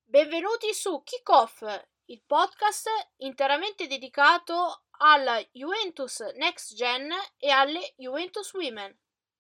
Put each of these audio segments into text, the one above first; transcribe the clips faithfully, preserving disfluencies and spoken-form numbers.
Benvenuti su Kickoff, il podcast interamente dedicato alla Juventus Next Gen e alle Juventus Women.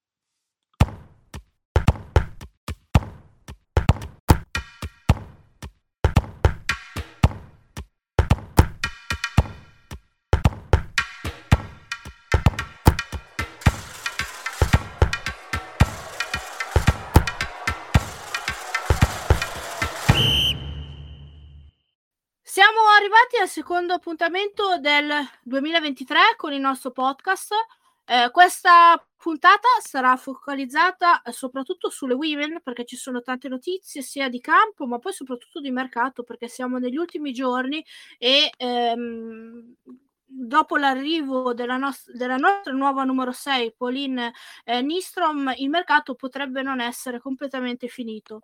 Siamo arrivati al secondo appuntamento del duemilaventitré con il nostro podcast. Eh, questa puntata sarà focalizzata soprattutto sulle women, perché ci sono tante notizie sia di campo ma poi soprattutto di mercato, perché siamo negli ultimi giorni e ehm, dopo l'arrivo della, nost- della nostra nuova numero sei, Pauline eh, Nystrom, il mercato potrebbe non essere completamente finito.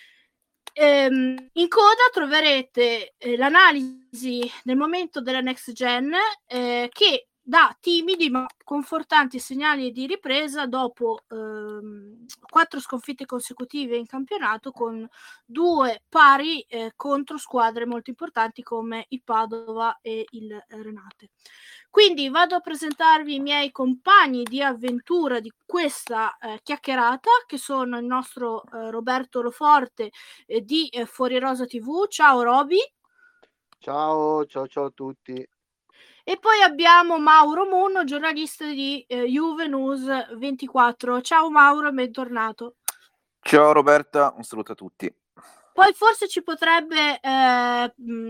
Ehm, in coda troverete eh, l'analisi del momento della Next Gen eh, che dà timidi ma confortanti segnali di ripresa dopo ehm, quattro sconfitte consecutive in campionato, con due pari eh, contro squadre molto importanti come il Padova e il Renate. Quindi vado a presentarvi i miei compagni di avventura di questa eh, chiacchierata, che sono il nostro eh, Roberto Loforte eh, di eh, Fuori Rosa tivù. Ciao Roby. Ciao, ciao, ciao a tutti. E poi abbiamo Mauro Munno, giornalista di eh, Juve News ventiquattro. Ciao Mauro, bentornato. Ciao Roberta, un saluto a tutti. Poi forse ci potrebbe, eh,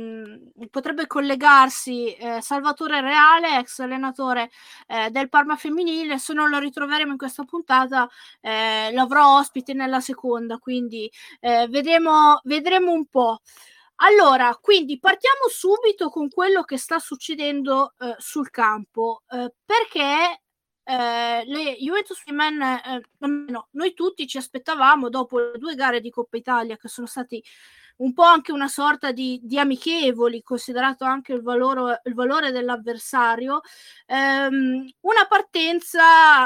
mh, potrebbe collegarsi eh, Salvatore Reale, ex allenatore eh, del Parma femminile. Se non lo ritroveremo in questa puntata, eh, l'avrò ospite nella seconda, quindi eh, vedremo, vedremo un po'. Allora, quindi partiamo subito con quello che sta succedendo eh, sul campo, eh, perché eh, le Juventus Women, eh, no, noi tutti ci aspettavamo, dopo le due gare di Coppa Italia, che sono stati un po' anche una sorta di, di amichevoli, considerato anche il valore, il valore dell'avversario, ehm, una partenza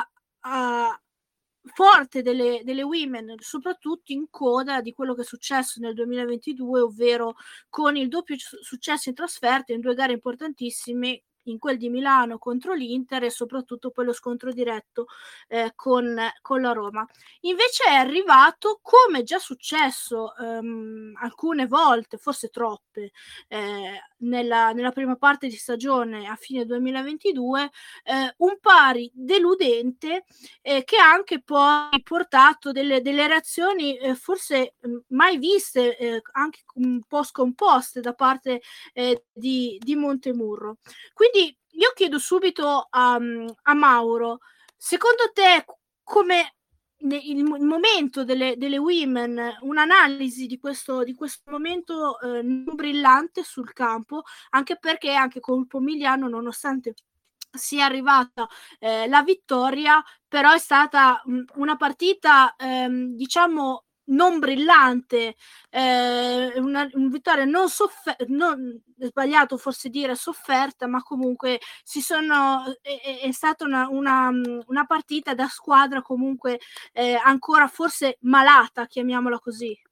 uh, forte delle, delle women, soprattutto in coda di quello che è successo nel duemilaventidue, ovvero con il doppio successo in trasferta in due gare importantissime, in quel di Milano contro l'Inter e soprattutto poi lo scontro diretto eh, con, con la Roma. Invece è arrivato, come già successo ehm, alcune volte, forse troppe, eh, nella, nella prima parte di stagione a fine duemilaventidue, eh, un pari deludente eh, che ha anche poi portato delle, delle reazioni eh, forse mai viste, eh, anche un po' scomposte da parte eh, di, di Montemurro. Quindi io chiedo subito a, a Mauro, secondo te come il, il momento delle, delle women, un'analisi di questo, di questo momento eh, non brillante sul campo, anche perché anche con Pomigliano, nonostante sia arrivata eh, la vittoria, però è stata mh, una partita ehm, diciamo non brillante, eh, una, una vittoria non sofferta, non è sbagliato forse dire sofferta, ma comunque si sono, è, è stata una, una, una partita da squadra comunque eh, ancora forse malata, chiamiamola così.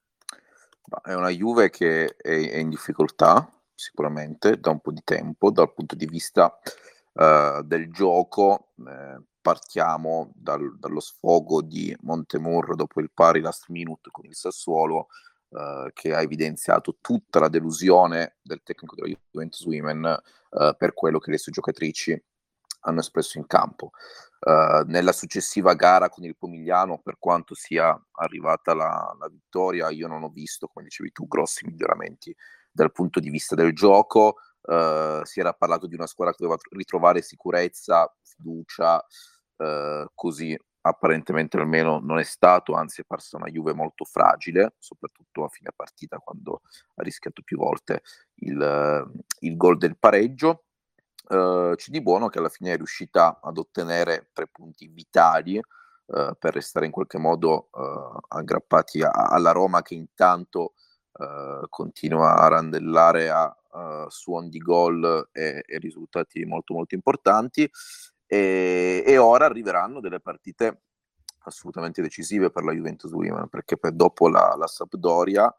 È una Juve che è, è in difficoltà sicuramente da un po' di tempo dal punto di vista uh, del gioco. Eh, partiamo dal, dallo sfogo di Montemurro dopo il pari last minute con il Sassuolo, uh, che ha evidenziato tutta la delusione del tecnico della Juventus Women uh, per quello che le sue giocatrici hanno espresso in campo. Uh, nella successiva gara con il Pomigliano, per quanto sia arrivata la, la vittoria, io non ho visto, come dicevi tu, grossi miglioramenti dal punto di vista del gioco. Uh, si era parlato di una squadra che doveva ritrovare sicurezza, fiducia, uh, così apparentemente almeno non è stato, anzi è parsa una Juve molto fragile, soprattutto a fine partita quando ha rischiato più volte il, il gol del pareggio. Uh, c'è di buono che alla fine è riuscita ad ottenere tre punti vitali uh, per restare in qualche modo uh, aggrappati a, alla Roma, che intanto uh, continua a randellare a uh, suon di gol e, e risultati molto molto importanti, e, e ora arriveranno delle partite assolutamente decisive per la Juventus Women, perché per dopo la, la Sampdoria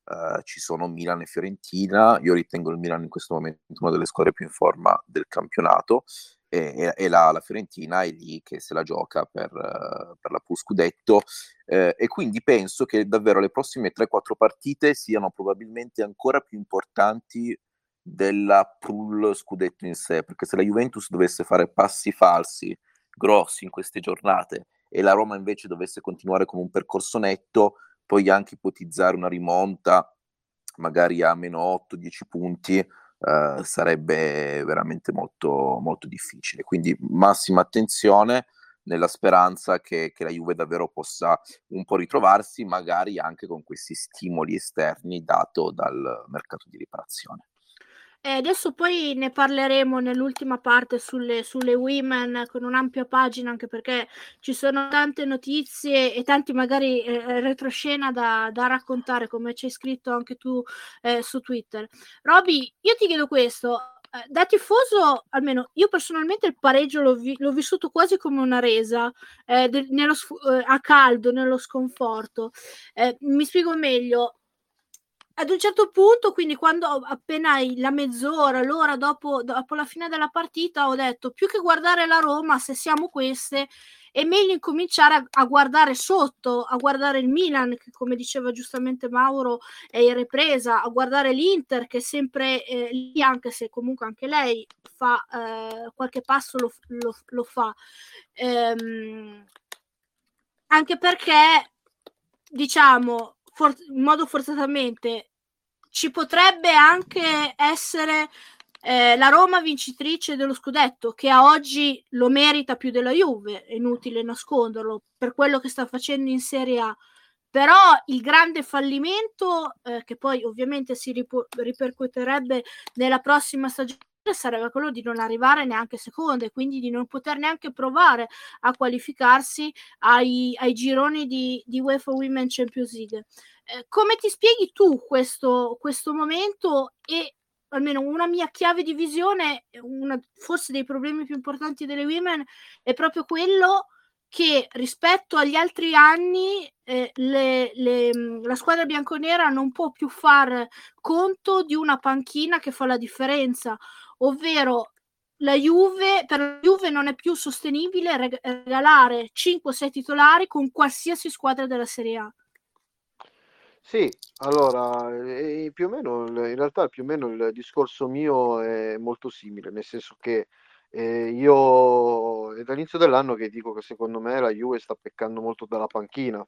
Uh, ci sono Milan e Fiorentina. Io ritengo il Milan in questo momento una delle squadre più in forma del campionato, e, e, e la, la Fiorentina è lì che se la gioca per, uh, per la pool scudetto, eh, e quindi penso che davvero le prossime tre quattro partite siano probabilmente ancora più importanti della pool scudetto in sé, perché se la Juventus dovesse fare passi falsi grossi in queste giornate e la Roma invece dovesse continuare con un percorso netto, poi anche ipotizzare una rimonta magari a meno otto dieci punti eh, sarebbe veramente molto, molto difficile. Quindi massima attenzione, nella speranza che, che la Juve davvero possa un po' ritrovarsi, magari anche con questi stimoli esterni dato dal mercato di riparazione. E adesso poi ne parleremo nell'ultima parte sulle, sulle women con un'ampia pagina, anche perché ci sono tante notizie e tanti magari eh, retroscena da, da raccontare, come ci hai scritto anche tu eh, su Twitter. Roby, io ti chiedo questo, eh, da tifoso, almeno io personalmente il pareggio l'ho, vi- l'ho vissuto quasi come una resa, eh, de- nello sf- eh, a caldo, nello sconforto. Eh, mi spiego meglio. Ad un certo punto, quindi quando appena la mezz'ora, l'ora dopo, dopo la fine della partita, ho detto più che guardare la Roma, se siamo queste, è meglio incominciare a, a guardare sotto, a guardare il Milan, che come diceva giustamente Mauro è in ripresa, a guardare l'Inter che è sempre eh, lì, anche se comunque anche lei fa eh, qualche passo lo, lo, lo fa. Ehm, anche perché, diciamo, for- in modo forzatamente ci potrebbe anche essere eh, la Roma vincitrice dello scudetto, che a oggi lo merita più della Juve, è inutile nasconderlo, per quello che sta facendo in Serie A. Però il grande fallimento, eh, che poi ovviamente si ripo- ripercuoterebbe nella prossima stagione, sarebbe quello di non arrivare neanche seconda e quindi di non poter neanche provare a qualificarsi ai, ai gironi di, di UEFA Women Champions League. Eh, come ti spieghi tu questo, questo momento? E almeno una mia chiave di visione, una, forse dei problemi più importanti delle women, è proprio quello che rispetto agli altri anni eh, le, le, la squadra bianconera non può più far conto di una panchina che fa la differenza, ovvero la Juve, per la Juve non è più sostenibile reg- regalare cinque sei titolari con qualsiasi squadra della Serie A. Sì, allora, eh, più o meno, il- in realtà più o meno il discorso mio è molto simile, nel senso che eh, io è dall'inizio dell'anno che dico che secondo me la Juve sta peccando molto dalla panchina.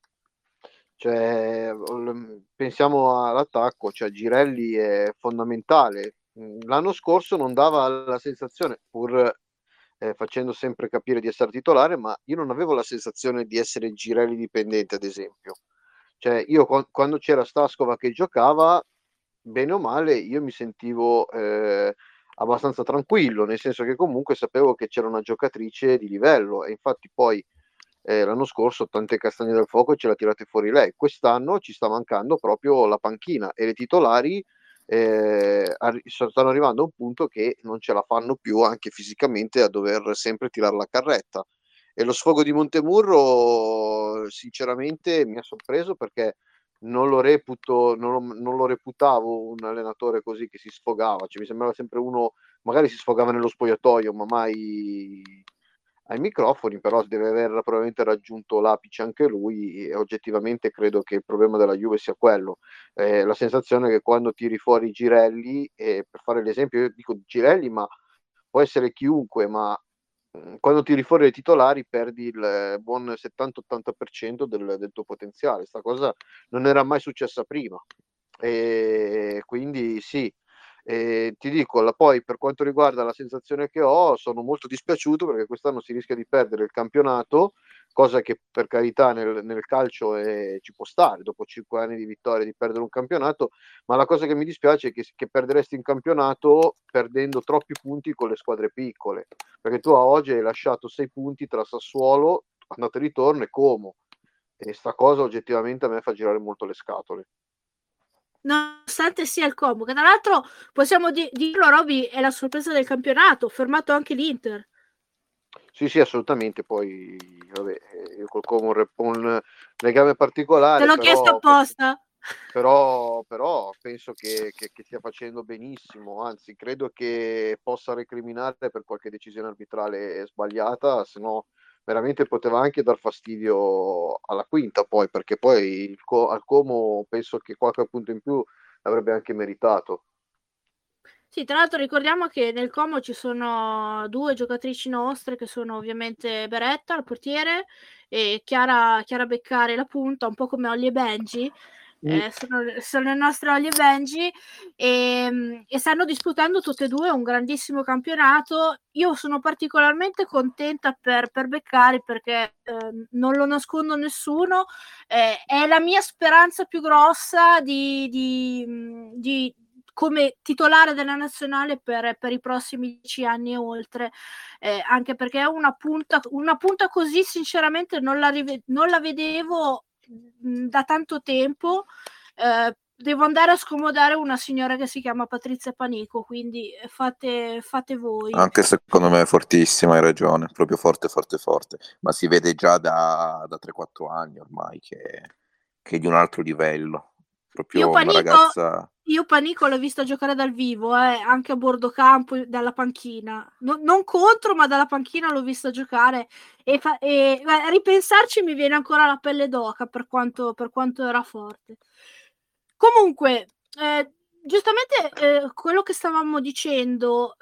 Cioè, l- pensiamo all'attacco, cioè Girelli è fondamentale. Mm, L'anno scorso non dava la sensazione, pur eh, facendo sempre capire di essere titolare, ma io non avevo la sensazione di essere Girelli dipendente, ad esempio. Cioè, io qua- quando c'era Staskova che giocava, bene o male, io mi sentivo eh, abbastanza tranquillo, nel senso che comunque sapevo che c'era una giocatrice di livello e infatti poi eh, l'anno scorso tante castagne dal fuoco ce l'ha tirate fuori lei. Quest'anno ci sta mancando proprio la panchina e le titolari eh, arri- stanno arrivando a un punto che non ce la fanno più anche fisicamente a dover sempre tirare la carretta. E lo sfogo di Montemurro, sinceramente, mi ha sorpreso perché non lo reputo, non lo, non lo reputavo un allenatore così che si sfogava. Cioè, mi sembrava sempre uno, magari si sfogava nello spogliatoio, ma mai ai microfoni, però deve aver probabilmente raggiunto l'apice anche lui e oggettivamente credo che il problema della Juve sia quello. Eh, la sensazione è che quando tiri fuori Girelli, e per fare l'esempio io dico Girelli, ma può essere chiunque, ma mh, quando tiri fuori i titolari perdi il eh, buon settanta ottanta per cento del, del tuo potenziale. Sta cosa non era mai successa prima. E quindi sì, e ti dico, la, poi per quanto riguarda la sensazione che ho, sono molto dispiaciuto perché quest'anno si rischia di perdere il campionato, cosa che per carità nel, nel calcio è, ci può stare, dopo cinque anni di vittoria di perdere un campionato, ma la cosa che mi dispiace è che, che perderesti in campionato perdendo troppi punti con le squadre piccole, perché tu a oggi hai lasciato sei punti tra Sassuolo, andata e ritorno e Como, e sta cosa oggettivamente a me fa girare molto le scatole. Nonostante sia il Como, che tra l'altro possiamo di- dirlo, Roby, è la sorpresa del campionato, fermato anche l'Inter. Sì, sì, assolutamente. Poi, vabbè, io col Como un, un legame Te particolare, l'ho chiesto però apposta. Però, però penso che, che, che stia facendo benissimo, anzi credo che possa recriminare per qualche decisione arbitrale sbagliata, se no veramente poteva anche dar fastidio alla quinta poi, perché poi il Co- al Como penso che qualche punto in più l'avrebbe anche meritato. Sì, tra l'altro ricordiamo che nel Como ci sono due giocatrici nostre che sono ovviamente Beretta, il portiere, e Chiara, Chiara Beccari, la punta, un po' come Ollie e Benji. Mm. Eh, sono, sono le nostre Ollie e Benji e, e stanno disputando tutte e due un grandissimo campionato. Io sono particolarmente contenta per, per Beccari perché eh, non lo nascondo a nessuno, eh, è la mia speranza più grossa di, di, di come titolare della nazionale per, per i prossimi dieci anni e oltre, eh, anche perché è una punta, una punta così sinceramente non la, rive- non la vedevo mh, da tanto tempo. Eh, devo andare a scomodare una signora che si chiama Patrizia Panico, quindi fate, fate voi. Anche secondo me è fortissima, hai ragione, proprio forte, forte, forte, ma si vede già da, da tre quattro anni ormai che, che è di un altro livello, Io proprio una Panico, ragazza... io Panico l'ho vista giocare dal vivo, eh, anche a bordo campo, dalla panchina. No, non contro, ma dalla panchina l'ho vista giocare e, fa, e a ripensarci mi viene ancora la pelle d'oca per quanto, per quanto era forte. Comunque, eh, giustamente eh, quello che stavamo dicendo,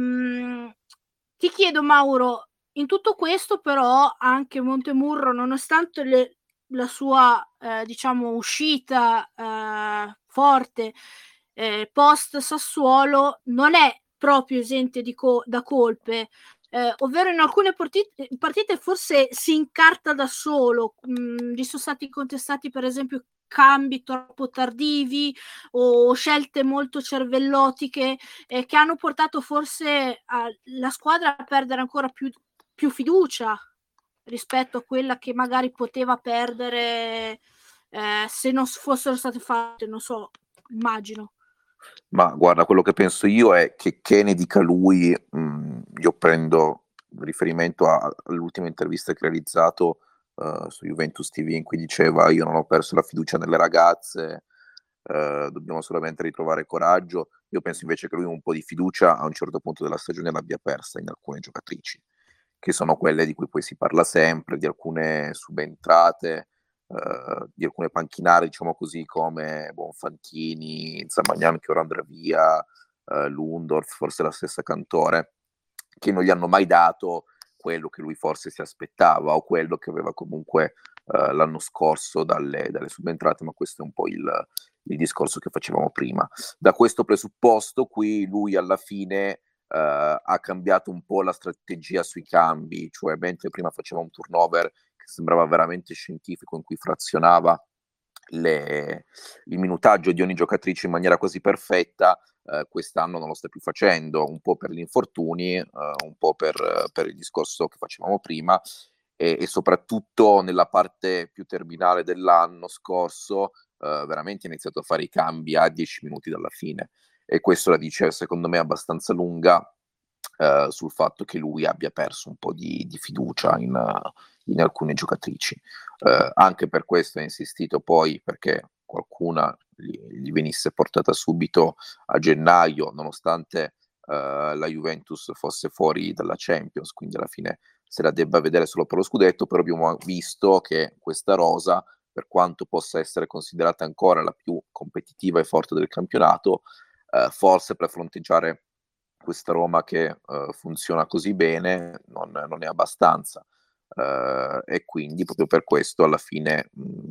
ehm, ti chiedo Mauro, in tutto questo però anche Montemurro, nonostante le, la sua eh, diciamo uscita eh, forte eh, post Sassuolo, non è proprio esente di co- da colpe, eh, ovvero in alcune partite, partite forse si incarta da solo. Mh, gli sono stati contestati per esempio cambi troppo tardivi o scelte molto cervellotiche eh, che hanno portato forse a, la squadra a perdere ancora più, più fiducia rispetto a quella che magari poteva perdere eh, se non fossero state fatte, non so, immagino. Ma guarda, quello che penso io è che che ne dica lui, mh, io prendo riferimento a- all'ultima intervista che ha realizzato eh, su Juventus T V in cui diceva io non ho perso la fiducia nelle ragazze, eh, dobbiamo solamente ritrovare coraggio. Io penso invece che lui un po' di fiducia a un certo punto della stagione l'abbia persa in alcune giocatrici, che sono quelle di cui poi si parla sempre, di alcune subentrate, Uh, di alcune panchinari, diciamo così, come Bonfantini, Zamagnan che ora andrà via, uh, Lundorf, forse la stessa Cantore, che non gli hanno mai dato quello che lui forse si aspettava o quello che aveva comunque uh, l'anno scorso dalle, dalle subentrate, ma questo è un po' il, il discorso che facevamo prima. Da questo presupposto qui lui alla fine uh, ha cambiato un po' la strategia sui cambi, cioè mentre prima faceva un turnover che sembrava veramente scientifico, in cui frazionava le, il minutaggio di ogni giocatrice in maniera quasi perfetta, eh, quest'anno non lo sta più facendo, un po' per gli infortuni, eh, un po' per, per il discorso che facevamo prima, e, e soprattutto nella parte più terminale dell'anno scorso, eh, veramente ha iniziato a fare i cambi a dieci minuti dalla fine, e questo la dice secondo me abbastanza lunga eh, sul fatto che lui abbia perso un po' di, di fiducia in, in alcune giocatrici. Eh, anche per questo ha insistito poi perché qualcuna gli, gli venisse portata subito a gennaio, nonostante eh, la Juventus fosse fuori dalla Champions, quindi alla fine se la debba vedere solo per lo scudetto, però abbiamo visto che questa rosa, per quanto possa essere considerata ancora la più competitiva e forte del campionato, eh, forse per fronteggiare questa Roma che uh, funziona così bene non, non è abbastanza. Uh, e quindi proprio per questo alla fine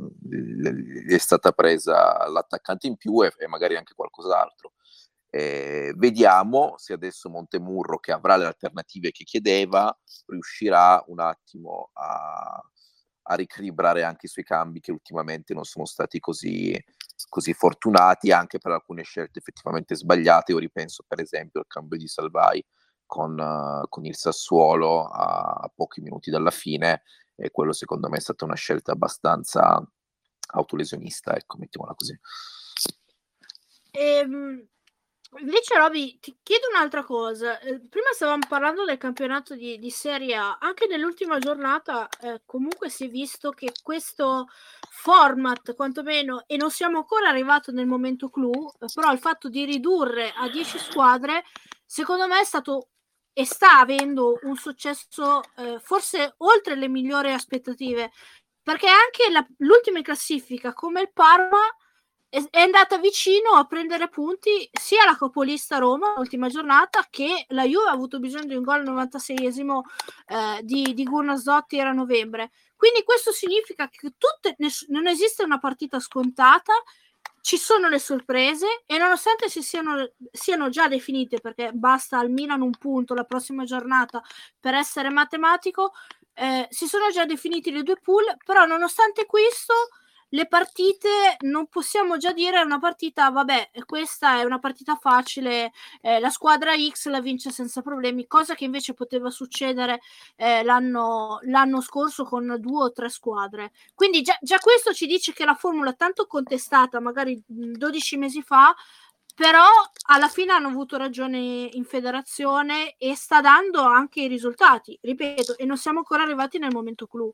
mh, è stata presa l'attaccante in più e, e magari anche qualcos'altro. Eh, vediamo se adesso Montemurro, che avrà le alternative che chiedeva, riuscirà un attimo a, a ricalibrare anche i suoi cambi che ultimamente non sono stati così, così fortunati, anche per alcune scelte effettivamente sbagliate. Io ripenso per esempio al cambio di Salvai con, uh, con il Sassuolo a, a pochi minuti dalla fine, e quello secondo me è stata una scelta abbastanza autolesionista, ecco, mettiamola così. Ehm, Invece, Roby, ti chiedo un'altra cosa. Eh, prima stavamo parlando del campionato di, di Serie A. Anche nell'ultima giornata, eh, comunque si è visto che questo format, quantomeno, e non siamo ancora arrivati nel momento clou, eh, però il fatto di ridurre a dieci squadre, secondo me è stato e sta avendo un successo eh, forse oltre le migliori aspettative, perché anche la, l'ultima in classifica, come il Parma, è andata vicino a prendere punti sia la capolista Roma l'ultima giornata, che la Juve ha avuto bisogno di un gol al novantaseiesimo eh, di, di Guarnazotti, era novembre. Quindi questo significa che tutte, non esiste una partita scontata, ci sono le sorprese, e nonostante si siano, siano già definite, perché basta al Milan un punto la prossima giornata per essere matematico, eh, si sono già definiti le due pool, però nonostante questo le partite non possiamo già dire una partita, vabbè, questa è una partita facile, eh, la squadra X la vince senza problemi, cosa che invece poteva succedere eh, l'anno, l'anno scorso con due o tre squadre. Quindi già, già questo ci dice che la formula tanto contestata magari dodici mesi fa, però alla fine hanno avuto ragione in federazione e sta dando anche i risultati, ripeto, e non siamo ancora arrivati nel momento clou.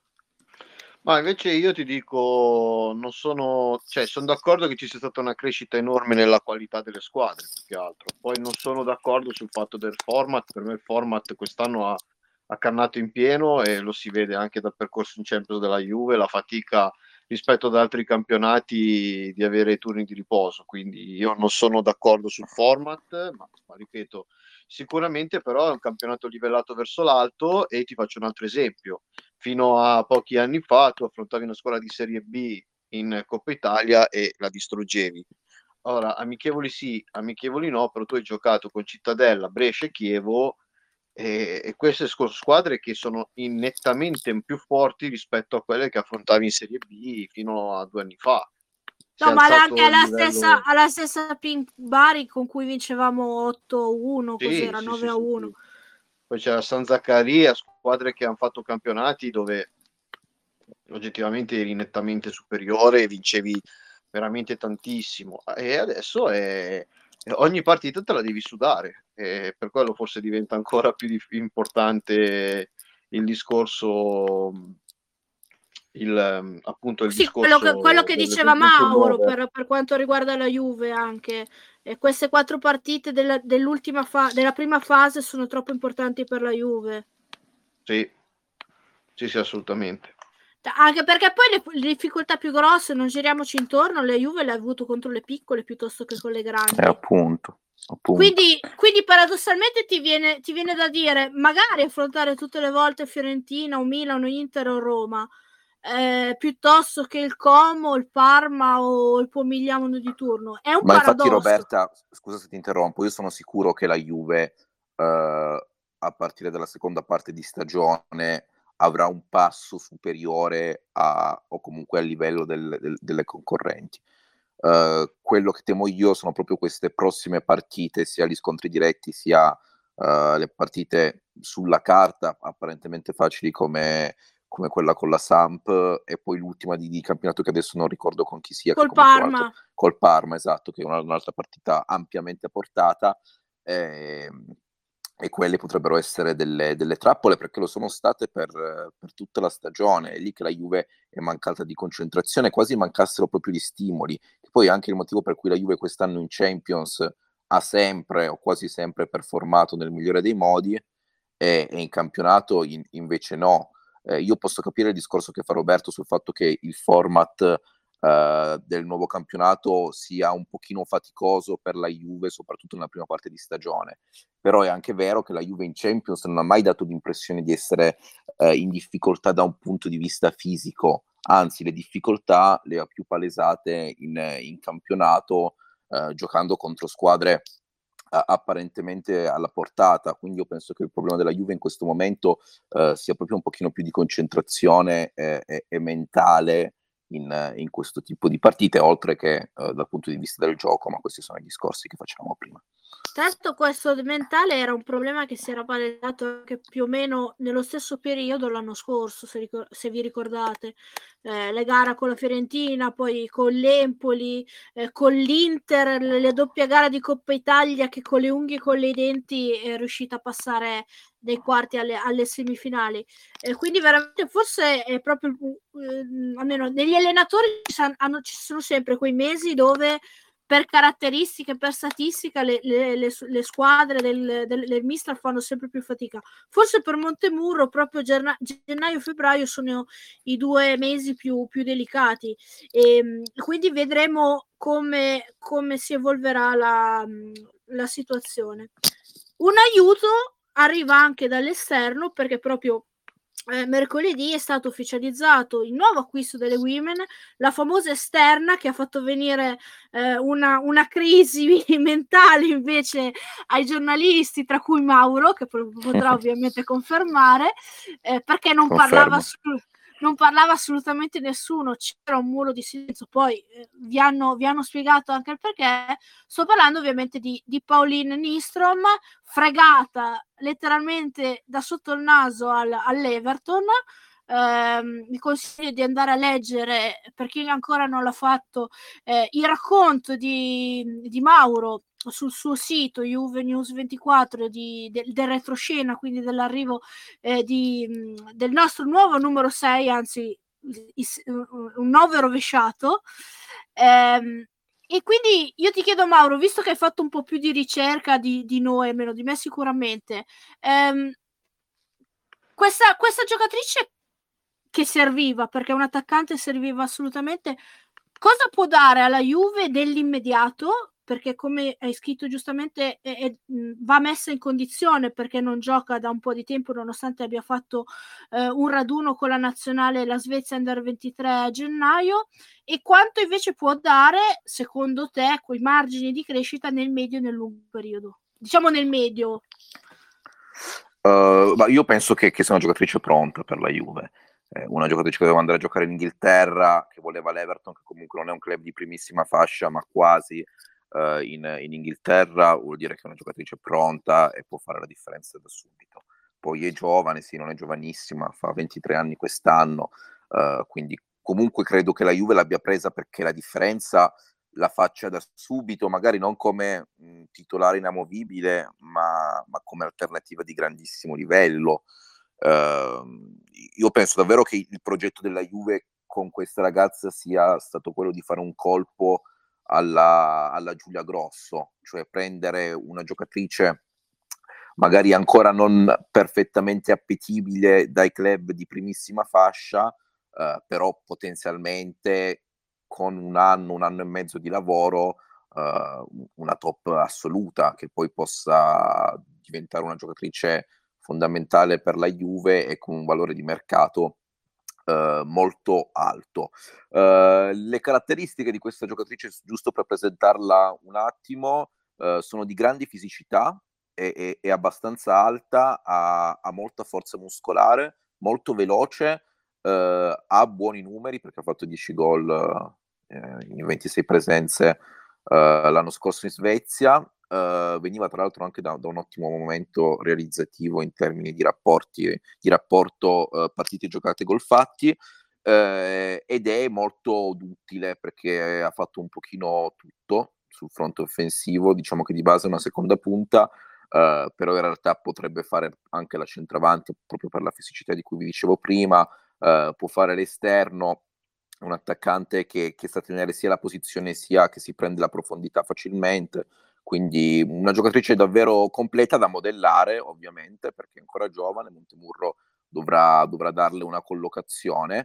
Ma invece io ti dico, non sono, cioè sono d'accordo che ci sia stata una crescita enorme nella qualità delle squadre, più che altro. Poi non sono d'accordo sul fatto del format. Per me il format quest'anno ha, ha cannato in pieno, e lo si vede anche dal percorso in Champions della Juve, la fatica rispetto ad altri campionati di avere i turni di riposo. Quindi io non sono d'accordo sul format, ma, ma ripeto, sicuramente però è un campionato livellato verso l'alto. E ti faccio un altro esempio. Fino a pochi anni fa tu affrontavi una squadra di Serie B in Coppa Italia e la distruggevi. Ora, amichevoli sì, amichevoli no, però tu hai giocato con Cittadella, Brescia e Chievo, e, e queste squadre che sono nettamente più forti rispetto a quelle che affrontavi in Serie B fino a due anni fa. Si no, è ma alzato anche il alla livello... stessa, alla stessa Pink Bari con cui vincevamo otto a uno, Sì, cos'era, sì, nove sì, a sì, uno. sì. Poi c'era San Zaccaria, squadre che hanno fatto campionati dove oggettivamente eri nettamente superiore e vincevi veramente tantissimo. E adesso è, ogni partita te la devi sudare, e per quello forse diventa ancora più dif- importante il discorso, il, appunto il Sì, quello che, quello discorso che del, diceva del, del Mauro turnover. per, per quanto riguarda la Juve anche. E queste quattro partite della, dell'ultima fa- della prima fase sono troppo importanti per la Juve. Sì, sì, sì, assolutamente. Anche perché poi le, le difficoltà più grosse, non giriamoci intorno, le Juve le ha avuto contro le piccole piuttosto che con le grandi. Eh, appunto, appunto. Quindi, quindi paradossalmente ti viene, ti viene da dire, magari affrontare tutte le volte Fiorentina o Milano, Inter o Roma, eh, piuttosto che il Como, il Parma o il Pomigliano di turno. È un Ma infatti, paradosso. Roberta, scusa se ti interrompo, io sono sicuro che la Juve eh, a partire dalla seconda parte di stagione avrà un passo superiore a, o comunque al livello del, del, delle concorrenti. Uh, quello che temo io sono proprio queste prossime partite, sia gli scontri diretti sia uh, le partite sulla carta apparentemente facili come, come quella con la Samp, e poi l'ultima di, di campionato che adesso non ricordo con chi sia, Col che comunque Parma. Altro, col Parma, esatto, che è una, un'altra partita ampiamente portata. Eh, e quelle potrebbero essere delle, delle trappole, perché lo sono state per, per tutta la stagione. È lì che la Juve è mancata di concentrazione, quasi mancassero proprio gli stimoli, che poi è anche il motivo per cui la Juve quest'anno in Champions ha sempre o quasi sempre performato nel migliore dei modi, e, e in campionato in, invece no. Eh, io posso capire il discorso che fa Roberto sul fatto che il format Uh, del nuovo campionato sia un pochino faticoso per la Juve, soprattutto nella prima parte di stagione. Però è anche vero che la Juve in Champions non ha mai dato l'impressione di essere uh, in difficoltà da un punto di vista fisico, anzi le difficoltà le ha più palesate in, in campionato, uh, giocando contro squadre apparentemente alla portata. Quindi io penso che il problema della Juve in questo momento uh, sia proprio un pochino più di concentrazione e, e, e mentale In, in questo tipo di partite, oltre che uh, dal punto di vista del gioco, ma questi sono i discorsi che facevamo prima. Tra l'altro questo mentale era un problema che si era palesato anche più o meno nello stesso periodo l'anno scorso, se, ricor- se vi ricordate, eh, le gare con la Fiorentina, poi con l'Empoli, eh, con l'Inter, le, le doppie gare di Coppa Italia che con le unghie e con i denti è riuscita a passare dai quarti alle, alle semifinali. Eh, quindi veramente forse è proprio, eh, almeno negli allenatori ci, san- hanno, ci sono sempre quei mesi dove per caratteristiche, per statistica, le, le, le, le squadre del, del, del Mister fanno sempre più fatica. Forse per Montemurro proprio genna- gennaio-febbraio sono i due mesi più, più delicati, e quindi vedremo come, come si evolverà la, la situazione. Un aiuto arriva anche dall'esterno, perché proprio Eh, mercoledì è stato ufficializzato il nuovo acquisto delle Women, la famosa esterna che ha fatto venire eh, una, una crisi mentale invece ai giornalisti, tra cui Mauro, che potrà ovviamente confermare, eh, perché non parlava, assolut- non parlava assolutamente nessuno, c'era un muro di silenzio. Poi eh, vi, hanno, vi hanno spiegato anche il perché. Sto parlando ovviamente di, di Pauline Nystrom, fregata letteralmente da sotto il naso al, all'Everton. Eh, vi consiglio di andare a leggere, per chi ancora non l'ha fatto, eh, il racconto di, di Mauro sul suo sito Juve News ventiquattro di, del, del retroscena, quindi dell'arrivo eh, di, del nostro nuovo numero sei, anzi un nove rovesciato. Eh, e quindi io ti chiedo, Mauro, visto che hai fatto un po' più di ricerca di, di noi, meno di me sicuramente, ehm, questa, questa giocatrice che serviva, perché un attaccante serviva assolutamente, cosa può dare alla Juve dell'immediato? Perché come hai scritto giustamente è, è, va messa in condizione, perché non gioca da un po' di tempo, nonostante abbia fatto eh, un raduno con la nazionale, la Svezia Under ventitré a gennaio, e quanto invece può dare secondo te quei margini di crescita nel medio e nel lungo periodo, diciamo nel medio? Uh, ma io penso che, che sia una giocatrice pronta per la Juve, eh, una giocatrice che doveva andare a giocare in Inghilterra, che voleva l'Everton, che comunque non è un club di primissima fascia, ma quasi uh, in, in Inghilterra, vuol dire che è una giocatrice pronta e può fare la differenza da subito. Poi è giovane, sì, non è giovanissima, fa ventitré anni quest'anno, uh, quindi comunque credo che la Juve l'abbia presa perché la differenza la faccia da subito, magari non come mh, titolare inamovibile, ma, ma come alternativa di grandissimo livello. Uh, io penso davvero che il progetto della Juve con questa ragazza sia stato quello di fare un colpo alla, alla Giulia Grosso, cioè prendere una giocatrice magari ancora non perfettamente appetibile dai club di primissima fascia, uh, però potenzialmente con un anno, un anno e mezzo di lavoro, uh, una top assoluta, che poi possa diventare una giocatrice fondamentale per la Juve e con un valore di mercato uh, molto alto. Uh, le caratteristiche di questa giocatrice, giusto per presentarla un attimo, uh, sono di grande fisicità, è, è, è abbastanza alta, ha, ha molta forza muscolare, molto veloce, Uh, ha buoni numeri perché ha fatto dieci gol uh, in ventisei presenze uh, l'anno scorso in Svezia. Uh, veniva tra l'altro anche da, da un ottimo momento realizzativo in termini di rapporti, di rapporto uh, partite giocate gol fatti, uh, ed è molto duttile perché ha fatto un pochino tutto sul fronte offensivo. Diciamo che di base è una seconda punta, uh, però in realtà potrebbe fare anche la centravanti proprio per la fisicità di cui vi dicevo prima. Uh, può fare l'esterno, un attaccante che, che sa tenere sia la posizione sia che si prende la profondità facilmente, quindi una giocatrice davvero completa da modellare, ovviamente, perché è ancora giovane. Montemurro dovrà, dovrà darle una collocazione.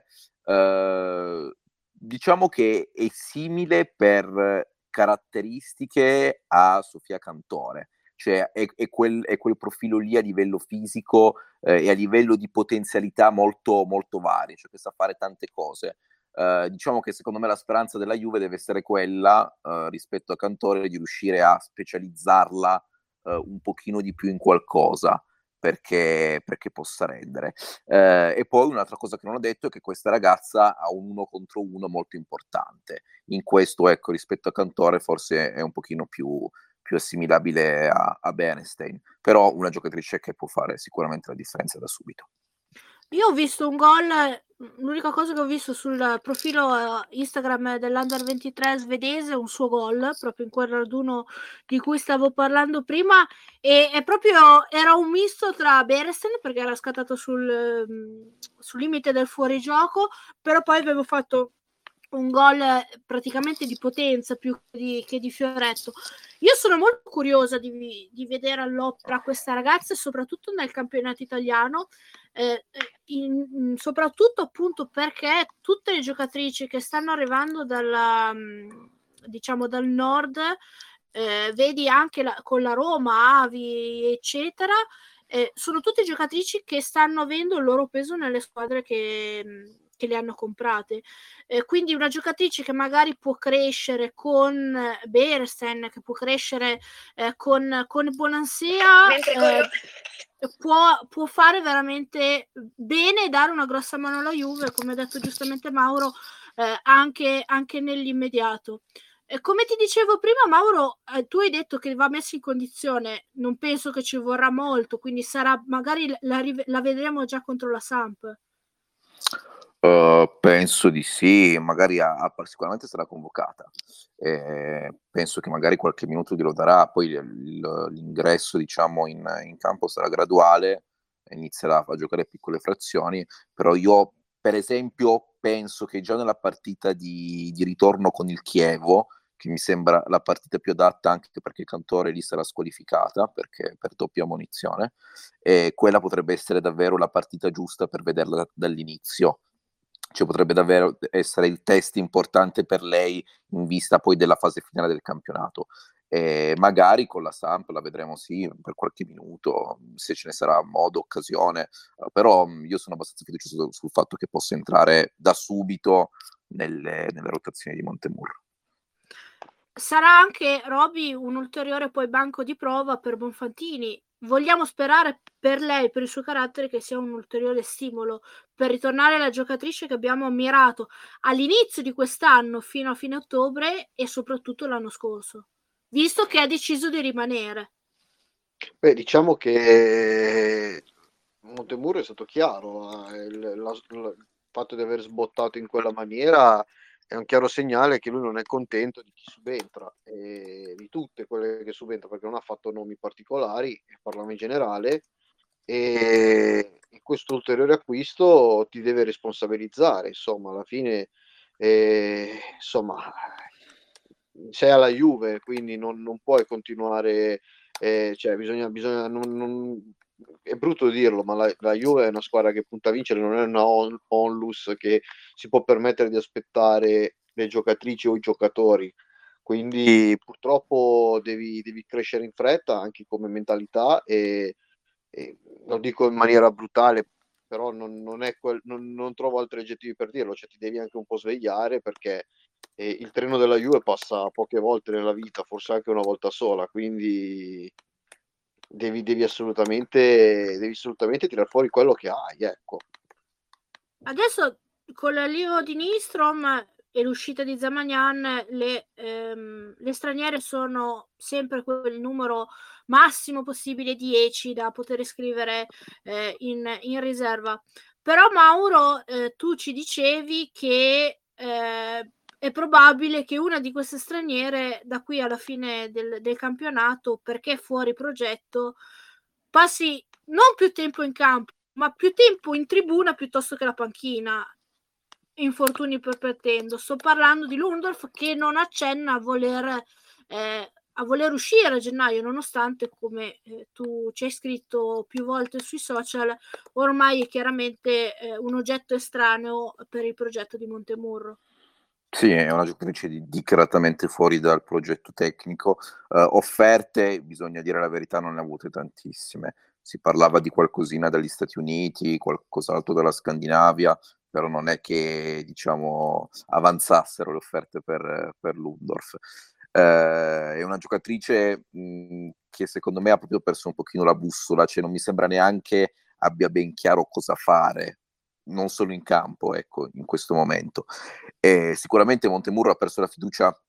Uh, diciamo che è simile per caratteristiche a Sofia Cantore, cioè è, è, quel, è quel profilo lì a livello fisico eh, e a livello di potenzialità molto, molto varie, cioè che sa fare tante cose. Uh, diciamo che secondo me la speranza della Juve deve essere quella, uh, rispetto a Cantore, di riuscire a specializzarla uh, un pochino di più in qualcosa, perché, perché possa rendere. Uh, e poi un'altra cosa che non ho detto è che questa ragazza ha un uno contro uno molto importante. In questo, ecco, rispetto a Cantore forse è un pochino più, più assimilabile a, a Bernstein, però una giocatrice che può fare sicuramente la differenza da subito. Io ho visto un gol, l'unica cosa che ho visto sul profilo Instagram dell'Under ventitré svedese, un suo gol, proprio in quel raduno di cui stavo parlando prima, e è proprio, era un misto tra Beresten, perché era scattato sul, sul limite del fuorigioco, però poi avevo fatto un gol praticamente di potenza più di, che di fioretto. Io sono molto curiosa di, di vedere all'opera questa ragazza, soprattutto nel campionato italiano, eh, in, soprattutto appunto perché tutte le giocatrici che stanno arrivando dalla, diciamo dal nord, eh, vedi anche la, con la Roma, Avi, eccetera, eh, sono tutte giocatrici che stanno avendo il loro peso nelle squadre che, che le hanno comprate. Eh, quindi una giocatrice che magari può crescere con Beresten, che può crescere eh, con, con Bonansea, eh, può, può fare veramente bene e dare una grossa mano alla Juve, come ha detto giustamente Mauro, eh, anche, anche nell'immediato. Eh, come ti dicevo prima, Mauro, eh, tu hai detto che va messo in condizione, non penso che ci vorrà molto, quindi sarà magari la, la vedremo già contro la Samp. Uh, penso di sì, magari a, a, sicuramente sarà convocata. Eh, penso che magari qualche minuto glielo darà, poi il, l'ingresso diciamo in, in campo sarà graduale, inizierà a giocare piccole frazioni, però io per esempio penso che già nella partita di, di ritorno con il Chievo, che mi sembra la partita più adatta anche perché Cantore lì sarà squalificata perché per doppia ammonizione, e quella potrebbe essere davvero la partita giusta per vederla dall'inizio. Cioè potrebbe davvero essere il test importante per lei in vista poi della fase finale del campionato. E magari con la Samp la vedremo sì per qualche minuto, se ce ne sarà modo, occasione, però io sono abbastanza fiducioso sul, sul fatto che possa entrare da subito nelle, nelle rotazioni di Montemurro. Sarà anche, Roby, un ulteriore poi banco di prova per Bonfantini. Vogliamo sperare per lei, per il suo carattere, che sia un ulteriore stimolo per ritornare alla giocatrice che abbiamo ammirato all'inizio di quest'anno fino a fine ottobre e soprattutto l'anno scorso, visto che ha deciso di rimanere. Beh, diciamo che Montemurro è stato chiaro, eh, il, la, il fatto di aver sbottato in quella maniera è un chiaro segnale che lui non è contento di chi subentra, e di tutte quelle che subentra, perché non ha fatto nomi particolari, parliamo in generale, e, e questo ulteriore acquisto ti deve responsabilizzare, insomma, alla fine, eh, insomma, sei alla Juve, quindi non, non puoi continuare, eh, cioè bisogna, bisogna non, non, è brutto dirlo, ma la, la Juve è una squadra che punta a vincere, non è una on, onlus che si può permettere di aspettare le giocatrici o i giocatori, quindi purtroppo devi, devi crescere in fretta anche come mentalità, e, e lo dico in maniera brutale, però non, non, è quel, non, non trovo altri aggettivi per dirlo, cioè ti devi anche un po' svegliare, perché eh, il treno della Juve passa poche volte nella vita, forse anche una volta sola, quindi devi, devi assolutamente devi assolutamente tirare fuori quello che hai, ecco. Adesso con l'arrivo di Nystrom e l'uscita di Zamagnan, le, ehm, le straniere sono sempre quel numero massimo possibile, dieci, da poter iscrivere eh, in, in riserva. Però Mauro, eh, tu ci dicevi che eh, è probabile che una di queste straniere da qui alla fine del, del campionato, perché è fuori progetto, passi non più tempo in campo, ma più tempo in tribuna piuttosto che la panchina. Infortuni perpettendo. Sto parlando di Lundorf, che non accenna a voler eh, a voler uscire a gennaio, nonostante, come eh, tu ci hai scritto più volte sui social, ormai è chiaramente eh, un oggetto estraneo per il progetto di Montemurro. Sì, è una giocatrice di, dichiaratamente fuori dal progetto tecnico. Uh, offerte, bisogna dire la verità, non ne ha avute tantissime. Si parlava di qualcosina dagli Stati Uniti, qualcos'altro dalla Scandinavia, però non è che, diciamo, avanzassero le offerte per, per Lundorf. Uh, è una giocatrice mh, che secondo me ha proprio perso un pochino la bussola, cioè non mi sembra neanche abbia ben chiaro cosa fare, non solo in campo, ecco, in questo momento. E sicuramente Montemurro ha perso la fiducia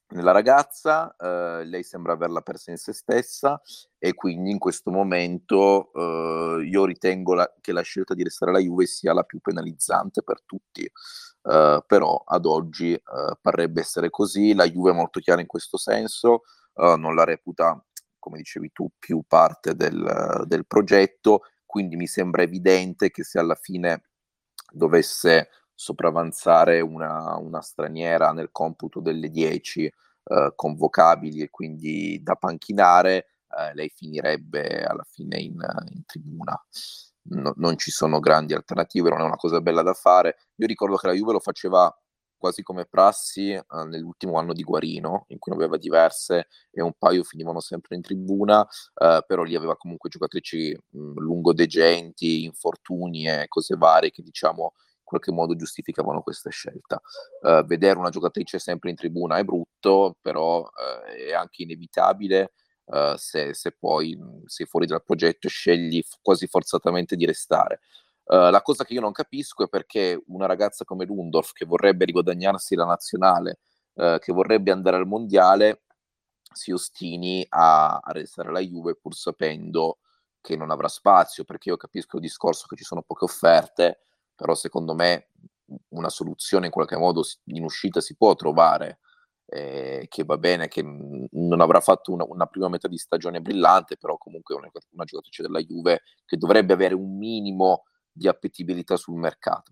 nella ragazza, eh, lei sembra averla persa in se stessa e quindi in questo momento eh, io ritengo la, che la scelta di restare alla Juve sia la più penalizzante per tutti. Uh, però ad oggi uh, parrebbe essere così, la Juve è molto chiara in questo senso, uh, non la reputa, come dicevi tu, più parte del, del progetto, quindi mi sembra evidente che se alla fine dovesse sopravanzare una, una straniera nel computo delle dieci uh, convocabili e quindi da panchinare, uh, lei finirebbe alla fine in, in tribuna. No, non ci sono grandi alternative, non è una cosa bella da fare. Io ricordo che la Juve lo faceva quasi come prassi eh, nell'ultimo anno di Guarino, in cui ne aveva diverse e un paio finivano sempre in tribuna, eh, però lì aveva comunque giocatrici mh, lungodegenti, infortuni e cose varie che diciamo in qualche modo giustificavano questa scelta. Eh, vedere una giocatrice sempre in tribuna è brutto, però eh, è anche inevitabile. Uh, se, se poi sei fuori dal progetto e scegli f- quasi forzatamente di restare. Uh, la cosa che io non capisco è perché una ragazza come Lundorf, che vorrebbe riguadagnarsi la nazionale, uh, che vorrebbe andare al mondiale, si ostini a, a restare alla Juve pur sapendo che non avrà spazio, perché io capisco il discorso che ci sono poche offerte, però secondo me una soluzione in qualche modo in uscita si può trovare. Eh, che va bene, che mh, non avrà fatto una, una prima metà di stagione brillante, però comunque è una, una giocatrice della Juve che dovrebbe avere un minimo di appetibilità sul mercato.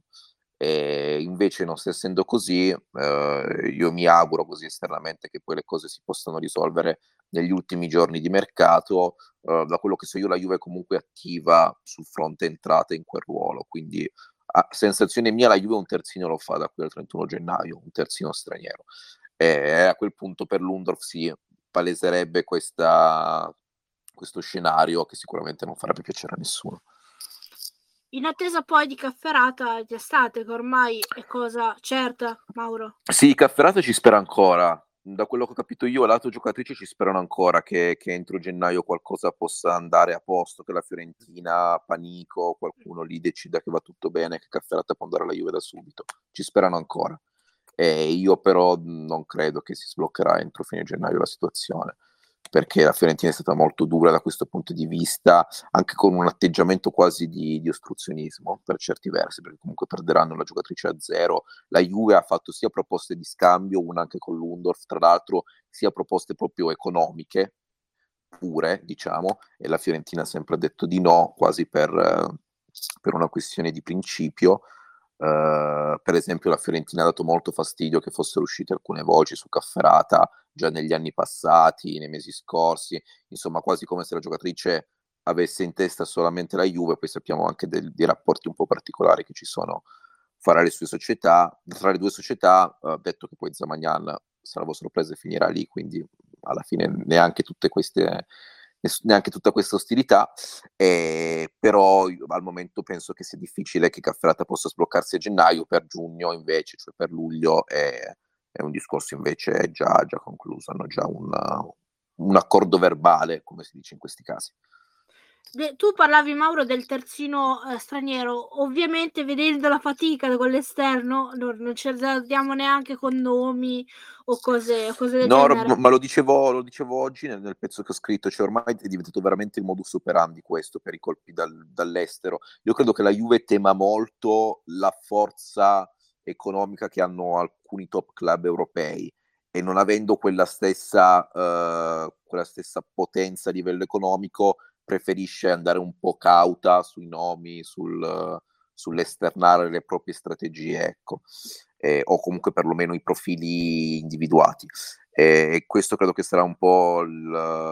E invece non sta essendo così, eh, io mi auguro così esternamente che poi le cose si possano risolvere negli ultimi giorni di mercato. Eh, da quello che so io la Juve è comunque attiva sul fronte entrate in quel ruolo, quindi a sensazione mia la Juve un terzino lo fa da qui al trentuno gennaio, un terzino straniero. E a quel punto per Lundorf si paleserebbe questa, questo scenario che sicuramente non farebbe piacere a nessuno. In attesa poi di Cafferata di estate, che ormai è cosa certa, Mauro. Sì, Cafferata ci spera ancora. Da quello che ho capito io, lato giocatrici ci sperano ancora che, che entro gennaio qualcosa possa andare a posto, che la Fiorentina, Panico, qualcuno lì decida che va tutto bene, che Cafferata può andare alla Juve da subito. Ci sperano ancora. E io però non credo che si sbloccherà entro fine gennaio la situazione, perché la Fiorentina è stata molto dura da questo punto di vista, anche con un atteggiamento quasi di, di ostruzionismo per certi versi, perché comunque perderanno la giocatrice a zero. La Juve ha fatto sia proposte di scambio, una anche con Lundorf, tra l'altro, sia proposte proprio economiche, pure, diciamo, e la Fiorentina ha sempre detto di no, quasi per, per una questione di principio. Uh, per esempio la Fiorentina ha dato molto fastidio che fossero uscite alcune voci su Cafferata già negli anni passati, nei mesi scorsi, insomma quasi come se la giocatrice avesse in testa solamente la Juve. Poi sappiamo anche del, dei rapporti un po' particolari che ci sono fra le sue società, tra le due società, uh, detto che poi Zamagnan, salvo sorprese, finirà lì, quindi alla fine neanche tutte queste neanche tutta questa ostilità, eh, però al momento penso che sia difficile che Cafferata possa sbloccarsi a gennaio. Per giugno invece, cioè per luglio, è, è un discorso invece già, già concluso, hanno già una, un accordo verbale, come si dice in questi casi. De, tu parlavi, Mauro, del terzino eh, straniero. Ovviamente, vedendo la fatica con l'esterno, non, non ci azzardiamo neanche con nomi o cose, cose del no, genere. Ma lo dicevo, lo dicevo oggi nel, nel pezzo che ho scritto, cioè ormai è diventato veramente il modus operandi questo per i colpi dal, dall'estero. Io credo che la Juve tema molto la forza economica che hanno alcuni top club europei, e non avendo quella stessa, uh, quella stessa potenza a livello economico preferisce andare un po' cauta sui nomi, sul, uh, sull'esternare le proprie strategie, ecco, eh, o comunque perlomeno i profili individuati. E, e questo credo che sarà un po' il,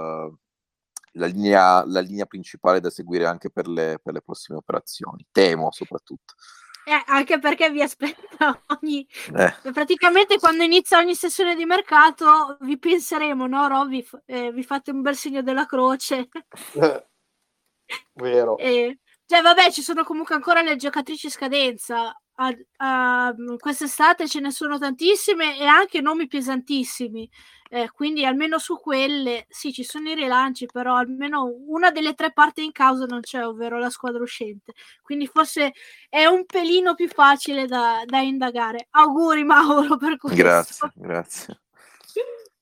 la, linea, la linea principale da seguire anche per le, per le prossime operazioni. Temo soprattutto. Eh, anche perché vi aspetta ogni eh. praticamente quando inizia ogni sessione di mercato vi penseremo, no Robby? Eh, vi fate un bel segno della croce. Eh, vero. E, cioè vabbè, ci sono comunque ancora le giocatrici in scadenza. A, a, quest'estate ce ne sono tantissime e anche nomi pesantissimi, eh, quindi almeno su quelle sì, ci sono i rilanci, però almeno una delle tre parti in causa non c'è, ovvero la squadra uscente, quindi forse è un pelino più facile da, da indagare. Auguri Mauro per questo. Grazie, grazie.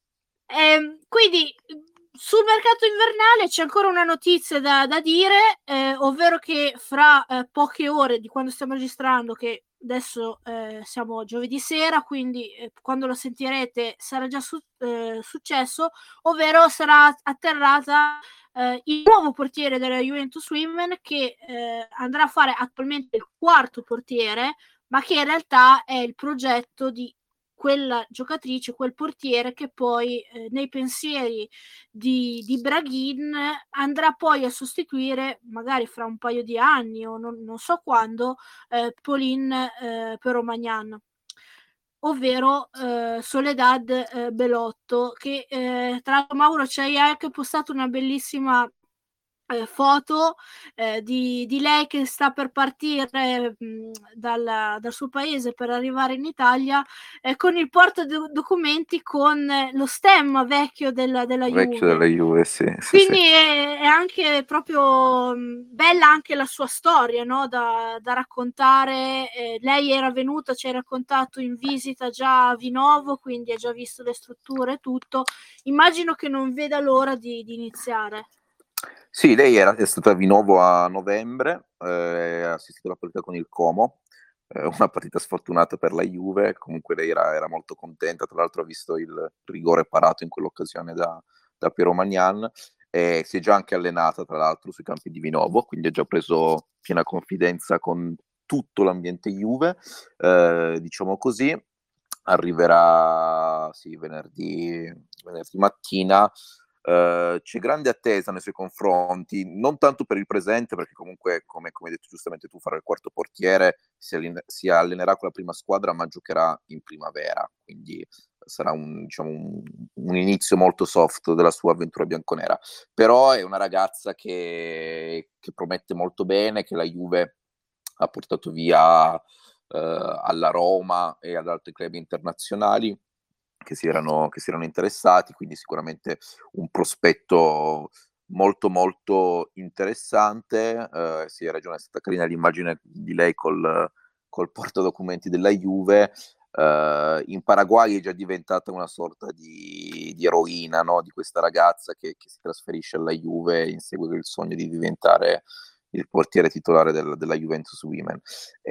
Eh, quindi sul mercato invernale c'è ancora una notizia da, da dire, eh, ovvero che fra eh, poche ore di quando stiamo registrando, che adesso eh, siamo giovedì sera, quindi eh, quando lo sentirete sarà già su, eh, successo, ovvero sarà atterrata eh, il nuovo portiere della Juventus Women, che eh, andrà a fare attualmente il quarto portiere, ma che in realtà è il progetto di quella giocatrice, quel portiere che poi eh, nei pensieri di, di Braghin andrà poi a sostituire, magari fra un paio di anni o non, non so quando, eh, Pauline eh, Peromagnan, ovvero eh, Soledad eh, Belotto, che eh, tra l'altro Mauro ci hai anche postato una bellissima Eh, foto eh, di, di lei che sta per partire mh, dal, dal suo paese per arrivare in Italia eh, con il porto do- documenti con eh, lo stemma vecchio della, della Vecchio Juve. della Juve, sì, sì, Quindi sì. È, è anche proprio mh, bella anche la sua storia, no? da, da raccontare. Eh, lei era venuta, ci ha raccontato in visita già a Vinovo, quindi ha già visto le strutture e tutto. Immagino che non veda l'ora di, di iniziare. Sì, lei era, è stata a Vinovo a novembre, eh, ha assistito alla partita con il Como, eh, una partita sfortunata per la Juve, comunque lei era, era molto contenta, tra l'altro ha visto il rigore parato in quell'occasione da, da Piero Magnan, e si è già anche allenata tra l'altro sui campi di Vinovo, quindi ha già preso piena confidenza con tutto l'ambiente Juve, eh, diciamo così. Arriverà sì, venerdì, venerdì mattina. Uh, c'è grande attesa nei suoi confronti, non tanto per il presente, perché comunque, come, come hai detto giustamente tu, farà il quarto portiere, si, alline- si allenerà con la prima squadra, ma giocherà in primavera, quindi sarà un, diciamo, un, un inizio molto soft della sua avventura bianconera. Però è una ragazza che, che promette molto bene, che la Juve ha portato via uh, alla Roma e ad altri club internazionali che si erano, che si erano interessati, quindi sicuramente un prospetto molto molto interessante. Eh, sì, hai ragione, è stata carina l'immagine di lei col, col portadocumenti della Juve. Uh, in Paraguay è già diventata una sorta di, di eroina, no? Di questa ragazza che, che si trasferisce alla Juve e insegue il sogno di diventare il portiere titolare del, della Juventus Women.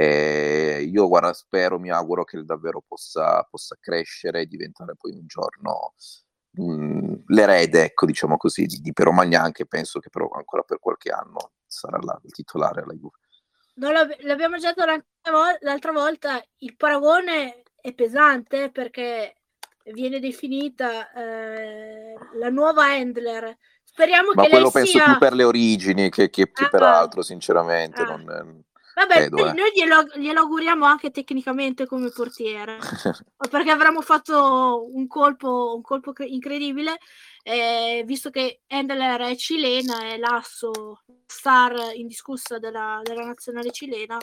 E io guarda, spero, mi auguro che davvero possa, possa crescere e diventare poi un giorno mh, l'erede, ecco, diciamo così, di, di Piero Magnan, che penso che però ancora per qualche anno sarà la, il titolare alla Juve. Non l'abbiamo già detto l'altra volta, il paragone è pesante perché viene definita eh, la nuova Handler. Speriamo Ma che quello lei penso sia... più per le origini che, che, che ah, per altro, sinceramente. ah. Non, Vabbè, credo, noi, eh. noi glielo, glielo auguriamo anche tecnicamente come portiere, perché avremmo fatto un colpo, un colpo incredibile, eh, visto che Handler è cilena, è l'asso star indiscussa della, della nazionale cilena.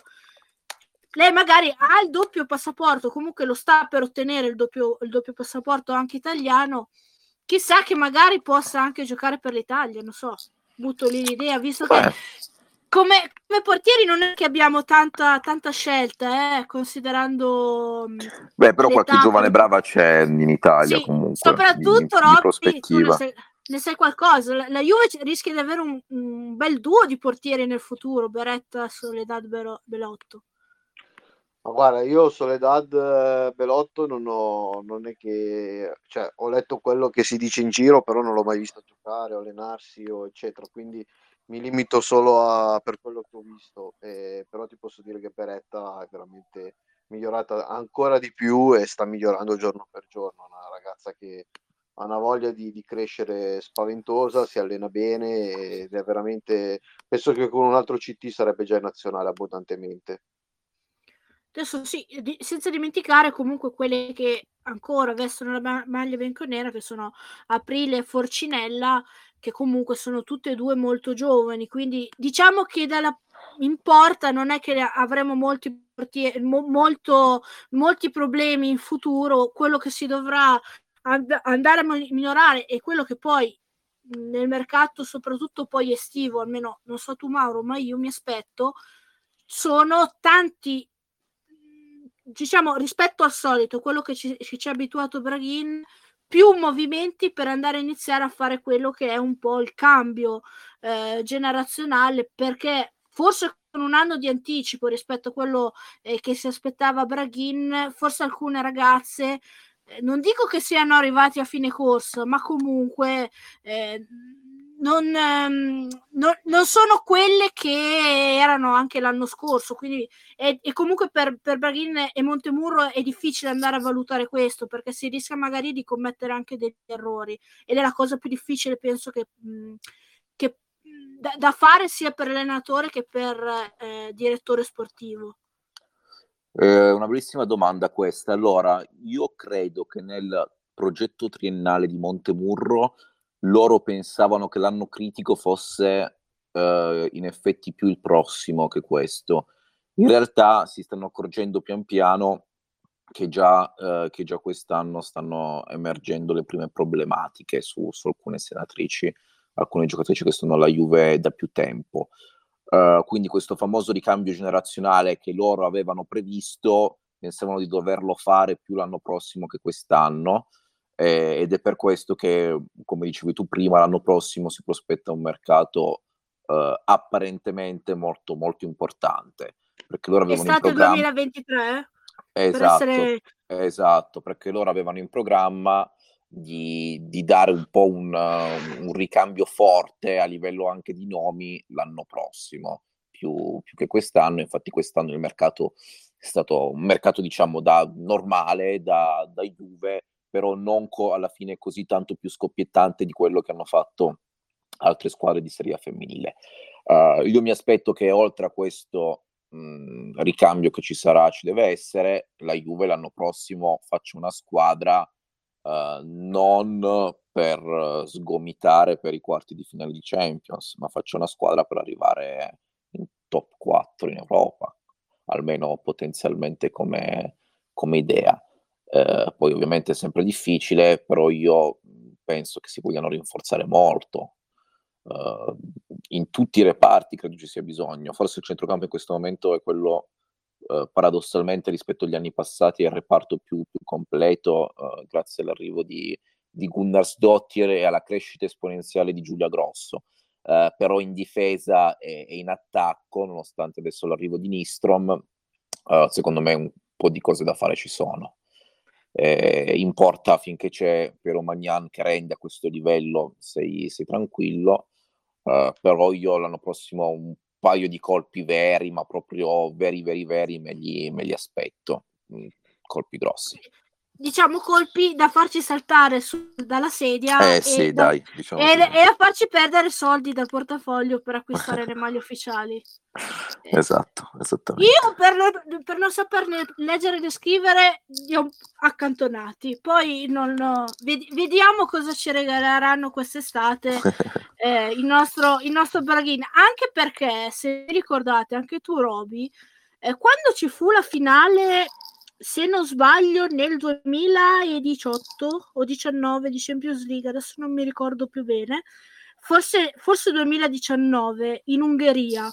Lei magari ha il doppio passaporto, comunque lo sta per ottenere il doppio, il doppio passaporto anche italiano. Chissà che magari possa anche giocare per l'Italia, non so, butto lì l'idea, visto che come, come portieri non è che abbiamo tanta, tanta scelta, eh, considerando beh, però l'età qualche giovane che... brava c'è in Italia, sì, comunque, soprattutto di, di Robby, tu ne prospettiva. sai, ne sai qualcosa. La, la Juve rischia di avere un, un bel duo di portieri nel futuro, Beretta, Soledad, Belotto. Ma guarda, io Soledad Belotto non ho, non è che, cioè, ho letto quello che si dice in giro, però non l'ho mai visto giocare, o allenarsi, o eccetera, quindi mi limito solo a per quello che ho visto, eh, però ti posso dire che Beretta è veramente migliorata ancora di più e sta migliorando giorno per giorno, una ragazza che ha una voglia di, di crescere spaventosa, si allena bene ed è veramente, penso che con un altro C T sarebbe già in nazionale abbondantemente. Adesso sì, di, senza dimenticare comunque quelle che ancora vestono la ma- maglia bianconera, che sono Aprile e Forcinella, che comunque sono tutte e due molto giovani, quindi diciamo che dalla in porta non è che avremo molti portieri, mo, molto, molti problemi in futuro. Quello che si dovrà and- andare a migliorare e quello che poi nel mercato, soprattutto poi estivo, almeno non so tu Mauro, ma io mi aspetto, sono tanti, diciamo, rispetto al solito, quello che ci, ci ha abituato Braghin, più movimenti per andare a iniziare a fare quello che è un po' il cambio eh, generazionale, perché forse con un anno di anticipo rispetto a quello eh, che si aspettava Braghin, forse alcune ragazze eh, non dico che siano arrivati a fine corsa, ma comunque eh, non, ehm, non, non sono quelle che erano anche l'anno scorso, quindi e, e comunque per, per Braghin e Montemurro è difficile andare a valutare questo, perché si rischia magari di commettere anche degli errori, ed è la cosa più difficile, penso, che, mh, che da, da fare sia per allenatore che per eh, direttore sportivo. Eh, una bellissima domanda questa. Allora, io credo che nel progetto triennale di Montemurro loro pensavano che l'anno critico fosse eh, in effetti più il prossimo che questo. In realtà si stanno accorgendo pian piano che già, eh, che già quest'anno stanno emergendo le prime problematiche su, su alcune senatrici, alcune giocatrici che sono alla Juve da più tempo. Uh, quindi questo famoso ricambio generazionale che loro avevano previsto pensavano di doverlo fare più l'anno prossimo che quest'anno, eh, ed è per questo che, come dicevi tu prima, l'anno prossimo si prospetta un mercato uh, apparentemente molto molto importante, perché loro avevano in Estate programma duemilaventitré? esatto, Per essere... esatto, perché loro avevano in programma di, di dare un po' un, uh, un ricambio forte a livello anche di nomi l'anno prossimo, più, più che quest'anno. Infatti quest'anno il mercato è stato un mercato, diciamo, da normale, da, da Juve, però non co- alla fine così tanto più scoppiettante di quello che hanno fatto altre squadre di Serie A femminile. Uh, io mi aspetto che oltre a questo mh, ricambio che ci sarà, ci deve essere, la Juve l'anno prossimo faccia una squadra Uh, non per uh, sgomitare per i quarti di finale di Champions, ma faccia una squadra per arrivare in top quattro in Europa, almeno potenzialmente come, come idea. Uh, poi ovviamente è sempre difficile, però io penso che si vogliano rinforzare molto. Uh, in tutti i reparti credo ci sia bisogno. Forse il centrocampo in questo momento è quello Uh, paradossalmente rispetto agli anni passati è il reparto più, più completo, uh, grazie all'arrivo di, di Gunnarsdottir e alla crescita esponenziale di Giulia Grosso. Uh, però in difesa e, e in attacco, nonostante adesso l'arrivo di Nistrom, uh, secondo me un po' di cose da fare ci sono. Eh, importa finché c'è Piero Magnan che rende a questo livello, sei, sei tranquillo, uh, però io l'anno prossimo un paio di colpi veri, ma proprio veri, veri, veri, me li, me li aspetto. Mm, colpi grossi. Diciamo colpi da farci saltare su, dalla sedia eh, e, sì, da, dai, diciamo e, così. e a farci perdere soldi dal portafoglio per acquistare le maglie ufficiali. Esatto, esattamente. Io per non, per non saperne leggere e scrivere li ho accantonati, poi non, no, ved- vediamo cosa ci regaleranno quest'estate eh, il nostro, il nostro Braghin, anche perché se ricordate anche tu Roby, eh, quando ci fu la finale, se non sbaglio nel duemiladiciotto o diciannove di Champions League, adesso non mi ricordo più bene, forse, forse duemiladiciannove in Ungheria,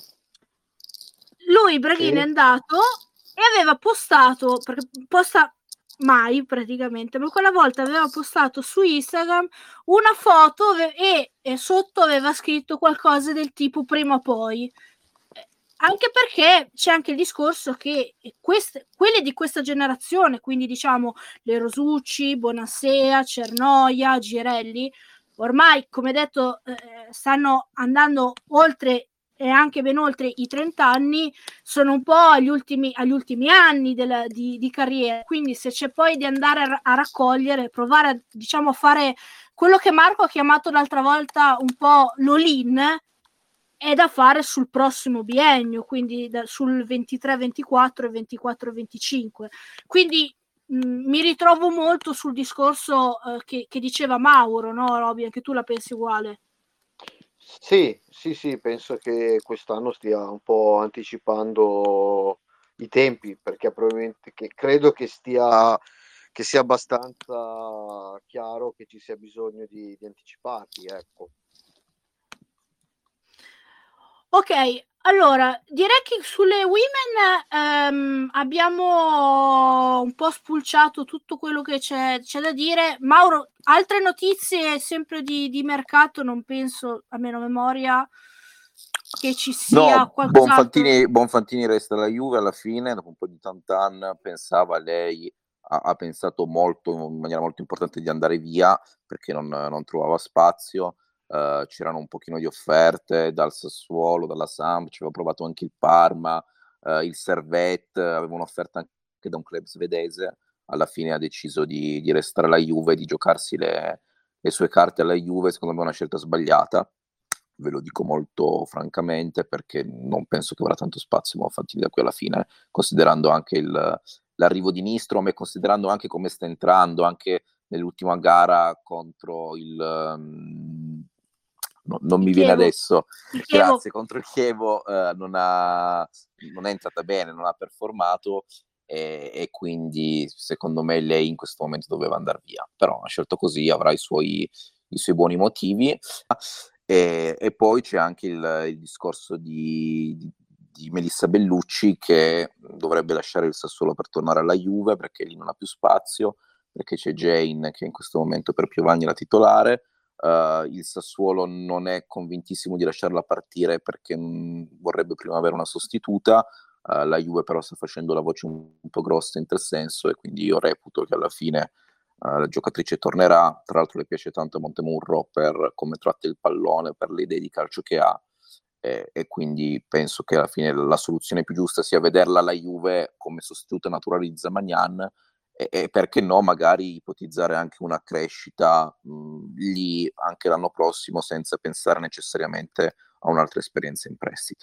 lui Braghin sì. È andato e aveva postato, perché posta mai praticamente, ma quella volta aveva postato su Instagram una foto e, e sotto aveva scritto qualcosa del tipo prima o poi, anche perché c'è anche il discorso che queste, quelle di questa generazione, quindi diciamo le Rosucci, Bonassea, Cernoia, Girelli, ormai come detto eh, stanno andando oltre e anche ben oltre i trenta anni, sono un po' agli ultimi, agli ultimi anni della, di, di carriera, quindi se c'è poi di andare a, a raccogliere, provare a, diciamo, a fare quello che Marco ha chiamato l'altra volta un po' l'all-in, è da fare sul prossimo biennio, quindi da, sul ventitré ventiquattro e ventiquattro venticinque. Quindi mh, mi ritrovo molto sul discorso eh, che, che diceva Mauro, no Roby? Anche tu la pensi uguale? Sì, sì, sì, penso che quest'anno stia un po' anticipando i tempi, perché probabilmente che credo che stia che sia abbastanza chiaro che ci sia bisogno di, di anticiparli, ecco. Ok, Allora, direi che sulle women ehm, abbiamo un po' spulciato tutto quello che c'è, c'è da dire. Mauro, altre notizie sempre di, di mercato, non penso, a meno memoria, che ci sia No, qualcos'altro. Bonfantini, Bonfantini resta alla Juve alla fine, dopo un po' di tantan pensava lei, ha, ha pensato molto, in maniera molto importante di andare via, perché non, non trovava spazio. Uh, c'erano un pochino di offerte dal Sassuolo, dalla Samp, ci aveva provato anche il Parma, uh, il Servette, aveva un'offerta anche da un club svedese. Alla fine ha deciso di, di restare alla Juve, di giocarsi le, le sue carte alla Juve. Secondo me è una scelta sbagliata, ve lo dico molto francamente, perché non penso che avrà tanto spazio Bonfantini da qui alla fine, considerando anche il, l'arrivo di Nistrom e considerando anche come sta entrando anche nell'ultima gara contro il um, no, non Il mi Chievo. viene adesso Il Chievo. grazie, contro il Chievo eh, non, ha, non è entrata bene, non ha performato e, e quindi secondo me lei in questo momento doveva andare via, però ha scelto così, avrà i suoi, i suoi buoni motivi. E, e poi c'è anche il, il discorso di, di, di Melissa Bellucci, che dovrebbe lasciare il Sassuolo per tornare alla Juve perché lì non ha più spazio, perché c'è Jane che in questo momento per Piovani è la titolare. Uh, il Sassuolo non è convintissimo di lasciarla partire perché mh, vorrebbe prima avere una sostituta. Uh, la Juve però sta facendo la voce un, un po' grossa in tal senso, e quindi io reputo che alla fine Uh, la giocatrice tornerà. Tra l'altro le piace tanto Montemurro per come tratta il pallone, per le idee di calcio che ha, e, e quindi penso che alla fine la soluzione più giusta sia vederla alla Juve come sostituta naturale di Zamagnan, e, e perché no magari ipotizzare anche una crescita mh, lì anche l'anno prossimo, senza pensare necessariamente a un'altra esperienza in prestito.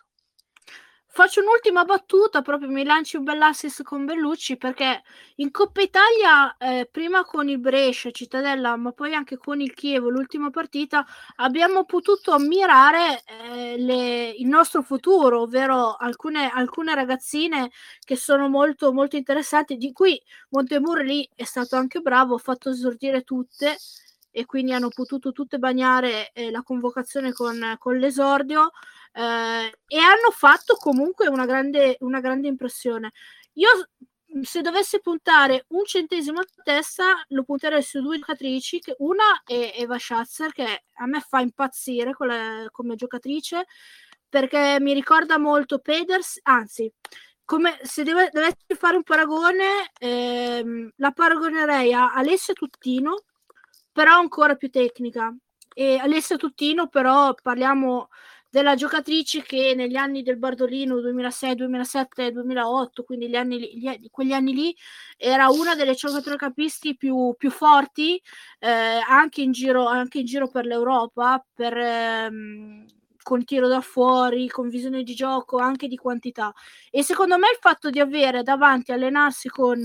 Faccio un'ultima battuta, proprio mi lanci un bell'assist con Bellucci, perché in Coppa Italia, eh, prima con il Brescia, Cittadella, ma poi anche con il Chievo, l'ultima partita, abbiamo potuto ammirare eh, le, il nostro futuro, ovvero alcune, alcune ragazzine che sono molto, molto interessanti, di cui Montemurro lì è stato anche bravo, ha fatto esordire tutte, e quindi hanno potuto tutte bagnare eh, la convocazione con, con l'esordio. Eh, e hanno fatto comunque una grande, una grande impressione. Io, se dovessi puntare un centesimo a testa, lo punterei su due giocatrici, che una è Eva Schatzer, che a me fa impazzire con la, come giocatrice, perché mi ricorda molto Peders, anzi, come se deve, dovessi fare un paragone, ehm, la paragonerei a Alessia Tuttino, però ancora più tecnica. E Alessia Tuttino, però, parliamo della giocatrice che negli anni del Bardolino duemilasei, duemilasette, duemilaotto, quindi gli anni, gli, quegli anni lì, era una delle centrocampisti più, più forti eh, anche, in giro, anche in giro per l'Europa, per, ehm, con tiro da fuori, con visione di gioco, anche di quantità. E secondo me il fatto di avere davanti allenarsi con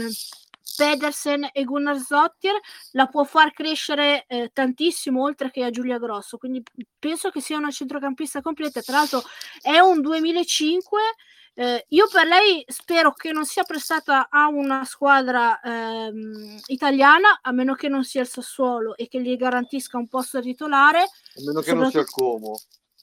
Pedersen e Gunnarsdottir la può far crescere eh, tantissimo, oltre che a Giulia Grosso, quindi penso che sia una centrocampista completa. Tra l'altro è un duemilacinque, eh, io per lei spero che non sia prestata a una squadra ehm, italiana, a meno che non sia il Sassuolo e che gli garantisca un posto titolare, a meno che non sia il Como.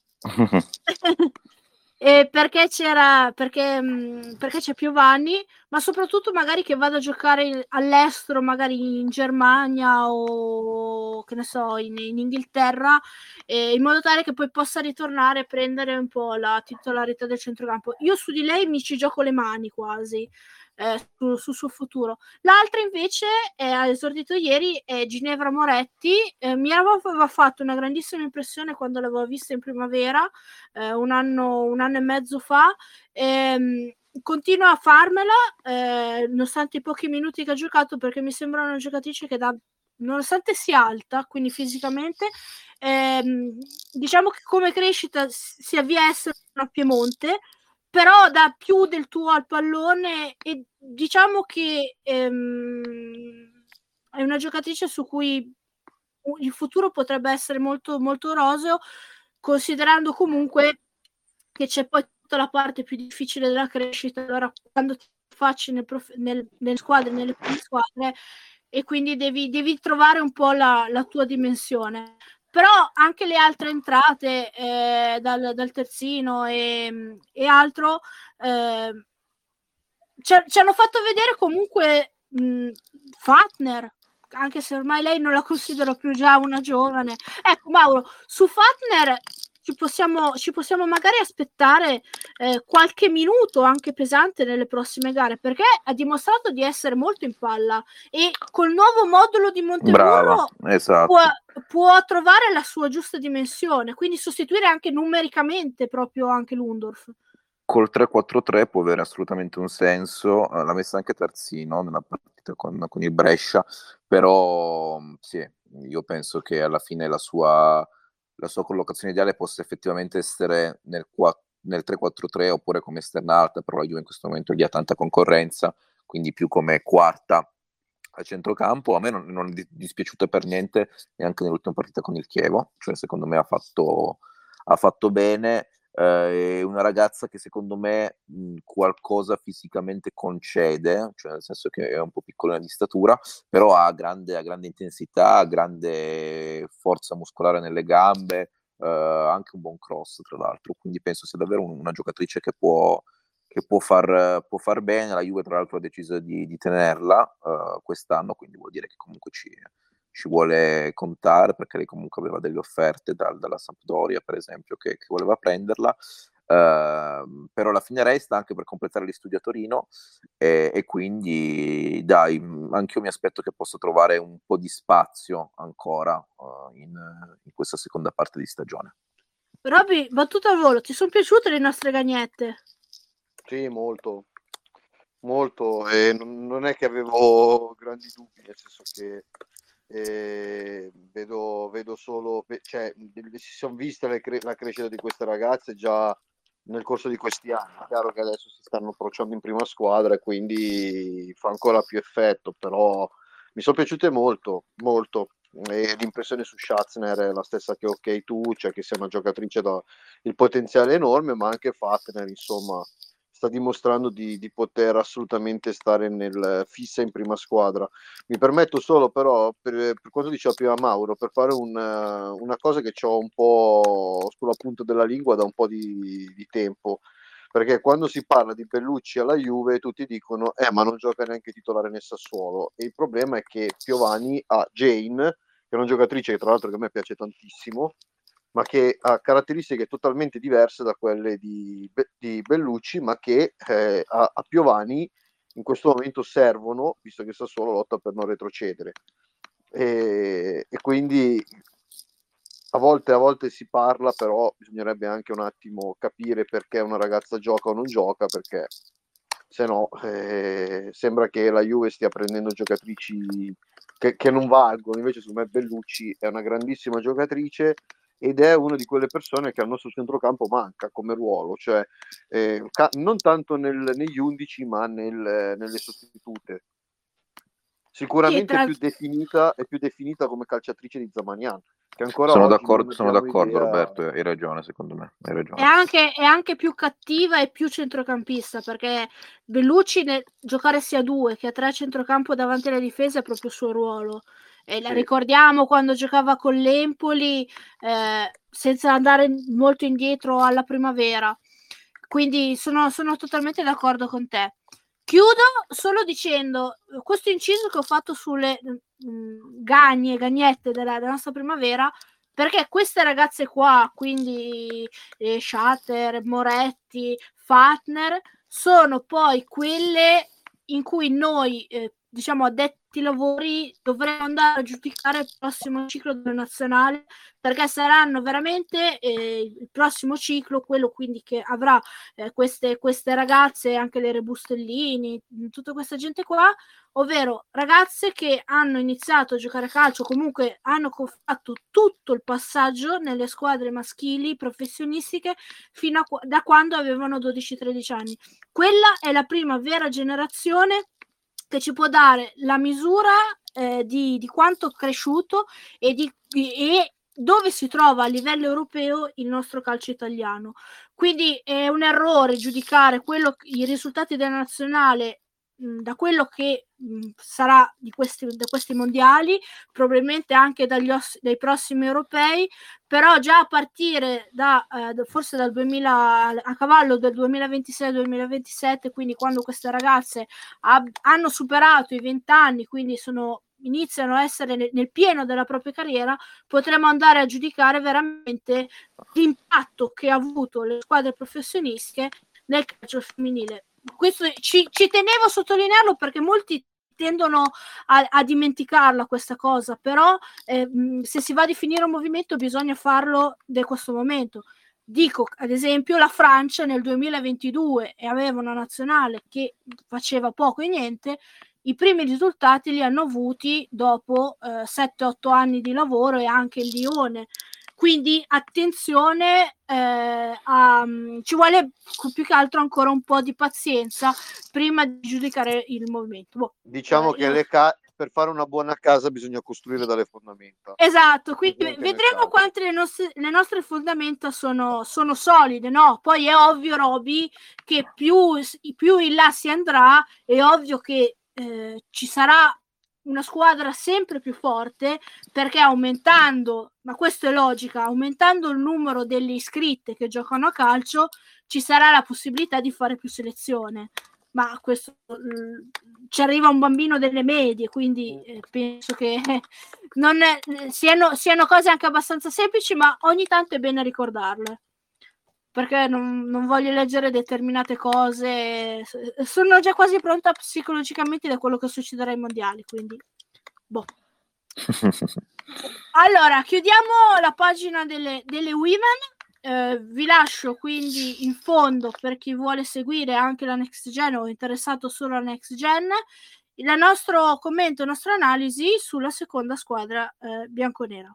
E perché c'era perché, mh, perché c'è Piovani, ma soprattutto magari che vada a giocare all'estero, magari in Germania o che ne so, in, in Inghilterra, eh, in modo tale che poi possa ritornare e prendere un po' la titolarità del centrocampo. Io su di lei mi ci gioco le mani quasi. Eh, sul su suo futuro. L'altra invece è, ha esordito ieri, è Ginevra Moretti. Eh, mi aveva fatto una grandissima impressione quando l'avevo vista in primavera, eh, un anno un anno e mezzo fa. Ehm, continua a farmela eh, nonostante i pochi minuti che ha giocato, perché mi sembra una giocatrice che da, nonostante sia alta, quindi fisicamente, ehm, diciamo che come crescita si avvia a essere una Piemonte, però dà più del tuo al pallone, e diciamo che ehm, è una giocatrice su cui il futuro potrebbe essere molto molto roseo, considerando comunque che c'è poi tutta la parte più difficile della crescita, allora quando ti facci nel prof- nel, nelle squadre, nelle prime squadre, e quindi devi, devi trovare un po' la, la tua dimensione. però anche le altre entrate eh, dal, dal terzino e, e altro eh, ci, ci hanno fatto vedere comunque mh, Fatner, anche se ormai lei non la considero più già una giovane. Ecco, Mauro, su Fatner ci possiamo, ci possiamo magari aspettare eh, qualche minuto anche pesante nelle prossime gare, perché ha dimostrato di essere molto in palla e col nuovo modulo di Monteburro esatto. può, può trovare la sua giusta dimensione, quindi sostituire anche numericamente proprio anche Lundorf. Col tre quattro tre può avere assolutamente un senso, l'ha messa anche terzino nella partita con, con il Brescia, però sì, io penso che alla fine la sua, la sua collocazione ideale possa effettivamente essere nel, nel tre quattro tre oppure come esterna alta, però la Juve in questo momento gli ha tanta concorrenza, quindi più come quarta a centrocampo. A me non, non è dispiaciuta per niente neanche nell'ultima partita con il Chievo, cioè secondo me ha fatto, ha fatto bene. È una ragazza che secondo me mh, qualcosa fisicamente concede, cioè nel senso che è un po' piccolina di statura, però ha grande, ha grande intensità, grande forza muscolare nelle gambe, eh, anche un buon cross tra l'altro, quindi penso sia davvero un, una giocatrice che può, che può, far, può far bene. La Juve tra l'altro ha deciso di, di tenerla uh, quest'anno, quindi vuol dire che comunque ci... ci vuole contare, perché lei comunque aveva delle offerte dal, dalla Sampdoria per esempio che, che voleva prenderla, uh, però alla fine resta anche per completare gli studi a Torino e, e quindi dai, anche io mi aspetto che possa trovare un po' di spazio ancora uh, in, in questa seconda parte di stagione. Robby, battuta al volo, ti sono piaciute le nostre gagnette? Sì, molto molto, e non, non è che avevo grandi dubbi, nel senso che Eh, vedo, vedo solo, cioè, si sono viste le cre- la crescita di queste ragazze già nel corso di questi anni. È chiaro che adesso si stanno approcciando in prima squadra e quindi fa ancora più effetto, però mi sono piaciute molto, molto. E l'impressione su Schatzner è la stessa che ok tu, cioè che sia una giocatrice da il potenziale enorme, ma anche Fatner, insomma, sta dimostrando di, di poter assolutamente stare nel fissa in prima squadra. Mi permetto solo però, per, per quanto diceva prima Mauro, per fare un, una cosa che ho un po' sulla punta della lingua da un po' di, di tempo, perché quando si parla di Bellucci alla Juve tutti dicono eh ma non gioca neanche titolare nel Sassuolo, e il problema è che Piovani ha Jane, che è una giocatrice che tra l'altro che a me piace tantissimo, ma che ha caratteristiche totalmente diverse da quelle di, di Bellucci, ma che eh, a, a Piovani in questo momento servono, visto che Sassuolo lotta per non retrocedere. E, e quindi a volte, a volte si parla, però bisognerebbe anche un attimo capire perché una ragazza gioca o non gioca, perché se no eh, sembra che la Juve stia prendendo giocatrici che, che non valgono. Invece secondo me Bellucci è una grandissima giocatrice ed è una di quelle persone che al nostro centrocampo manca come ruolo, cioè eh, ca- non tanto nel, negli undici ma nel, nelle sostitute. Sicuramente tra... è più definita, è più definita come calciatrice di Zamanian, che ancora sono oggi d'accordo, sono d'accordo idea... Roberto, hai ragione, secondo me hai ragione. È anche, è anche più cattiva e più centrocampista, perché Bellucci nel giocare sia a due che a tre centrocampo davanti alla difesa è proprio il suo ruolo. E la sì. ricordiamo quando giocava con l'Empoli, eh, senza andare molto indietro alla primavera. Quindi sono, sono totalmente d'accordo con te. Chiudo solo dicendo questo inciso che ho fatto sulle mh, gagne, gagnette della, della nostra primavera, perché queste ragazze qua, quindi eh, Shatter, Moretti, Fatner, sono poi quelle in cui noi, eh, diciamo, addetti lavori, dovremo andare a giudicare il prossimo ciclo della nazionale, perché saranno veramente eh, il prossimo ciclo, quello quindi che avrà eh, queste, queste ragazze, anche le Rebustellini, tutta questa gente qua, ovvero ragazze che hanno iniziato a giocare a calcio, comunque hanno fatto tutto il passaggio nelle squadre maschili professionistiche fino a da quando avevano dodici tredici anni. Quella è la prima vera generazione che ci può dare la misura eh, di, di quanto cresciuto e, di, e dove si trova a livello europeo il nostro calcio italiano. Quindi è un errore giudicare quello, i risultati della nazionale mh, da quello che mh, sarà di questi, da questi mondiali, probabilmente anche dagli os- dai prossimi europei, però già a partire da eh, forse dal duemila, a cavallo del duemilaventisei duemilaventisette, quindi quando queste ragazze ab- hanno superato i venti anni, quindi sono iniziano a essere nel, nel pieno della propria carriera, potremo andare a giudicare veramente l'impatto che ha avuto le squadre professionistiche nel calcio femminile. Questo ci, ci tenevo a sottolinearlo perché molti tendono a, a dimenticarla questa cosa, però eh, se si va a definire un movimento bisogna farlo da questo momento. Dico, ad esempio, la Francia nel duemilaventidue e aveva una nazionale che faceva poco e niente, i primi risultati li hanno avuti dopo eh, sette otto anni di lavoro, e anche il Lione. Quindi attenzione, eh, a, ci vuole più che altro ancora un po' di pazienza prima di giudicare il movimento. Boh, Diciamo eh, che io... le ca- per fare una buona casa bisogna costruire dalle fondamenta. Esatto, quindi Così anche nel vedremo calcio. quante le nostre, le nostre fondamenta sono, sono solide, no? Poi è ovvio, Roby, che più, più in là si andrà, è ovvio che eh, ci sarà una squadra sempre più forte, perché aumentando, ma questo è logica, aumentando il numero delle iscritte che giocano a calcio, ci sarà la possibilità di fare più selezione. Ma questo mh, ci arriva un bambino delle medie, quindi eh, penso che non è, siano, siano cose anche abbastanza semplici, ma ogni tanto è bene ricordarle, perché non, non voglio leggere determinate cose, sono già quasi pronta psicologicamente da quello che succederà ai mondiali, quindi boh. Allora, chiudiamo la pagina delle, delle women. Eh, vi lascio quindi in fondo, per chi vuole seguire anche la next gen o interessato solo alla next gen, il nostro commento, la nostra analisi sulla seconda squadra eh, bianconera.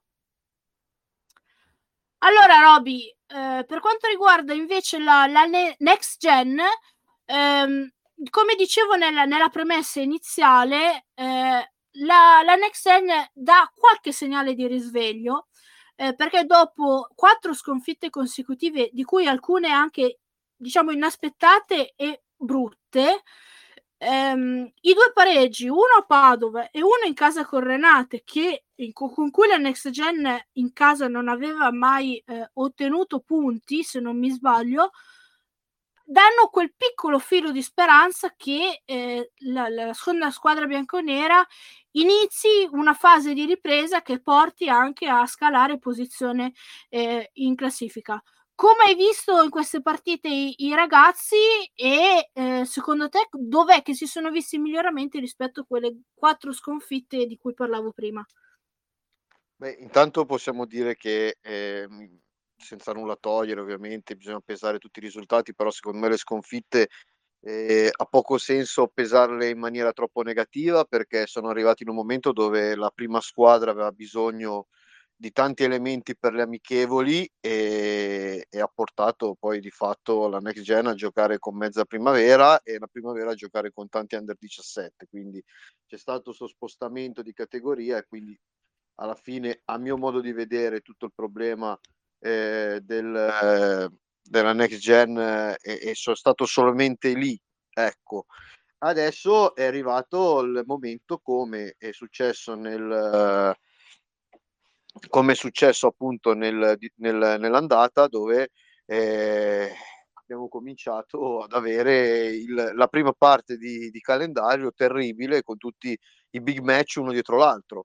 Allora, Roby, eh, per quanto riguarda invece la, la ne- next gen, ehm, come dicevo nella, nella premessa iniziale, eh, la, la next gen dà qualche segnale di risveglio, eh, perché dopo quattro sconfitte consecutive, di cui alcune anche, diciamo, inaspettate e brutte, ehm, i due pareggi, uno a Padova e uno in casa con Renate, che con cui la next gen in casa non aveva mai eh, ottenuto punti, se non mi sbaglio, danno quel piccolo filo di speranza che eh, la, la seconda squadra bianconera inizi una fase di ripresa che porti anche a scalare posizione eh, in classifica. Come hai visto in queste partite i, i ragazzi, e eh, secondo te dov'è che si sono visti miglioramenti rispetto a quelle quattro sconfitte di cui parlavo prima? Beh, intanto possiamo dire che eh, senza nulla togliere, ovviamente bisogna pesare tutti i risultati, però secondo me le sconfitte eh, ha poco senso pesarle in maniera troppo negativa, perché sono arrivati in un momento dove la prima squadra aveva bisogno di tanti elementi per le amichevoli e, e ha portato poi di fatto la next gen a giocare con mezza primavera e la primavera a giocare con tanti under diciassette, quindi c'è stato questo spostamento di categoria e quindi alla fine, a mio modo di vedere, tutto il problema eh, del, eh, della next gen eh, è, è stato solamente lì. Ecco, adesso è arrivato il momento, come è successo nel come è successo appunto nel, nel, nell'andata, dove eh, abbiamo cominciato ad avere il, la prima parte di, di calendario terribile con tutti i big match uno dietro l'altro.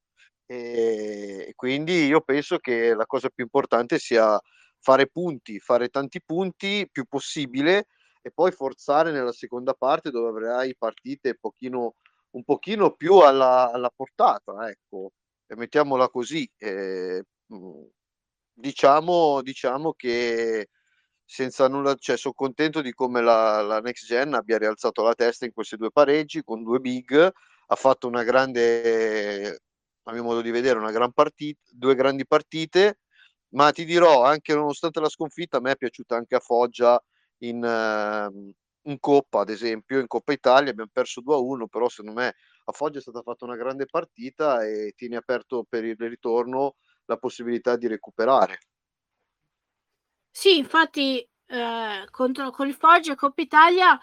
E quindi io penso che la cosa più importante sia fare punti, fare tanti punti più possibile e poi forzare nella seconda parte, dove avrai partite un pochino, un pochino più alla, alla portata, ecco, e mettiamola così. Eh, diciamo, diciamo che senza nulla, cioè sono contento di come la, la next gen abbia rialzato la testa in questi due pareggi con due big, ha fatto una grande, a mio modo di vedere, una gran partita, due grandi partite, ma ti dirò, anche nonostante la sconfitta, a me è piaciuta anche a Foggia in, uh, in Coppa, ad esempio, in Coppa Italia abbiamo perso due a uno, però secondo me a Foggia è stata fatta una grande partita e tiene aperto per il ritorno la possibilità di recuperare. Sì, infatti eh, contro, con il Foggia e Coppa Italia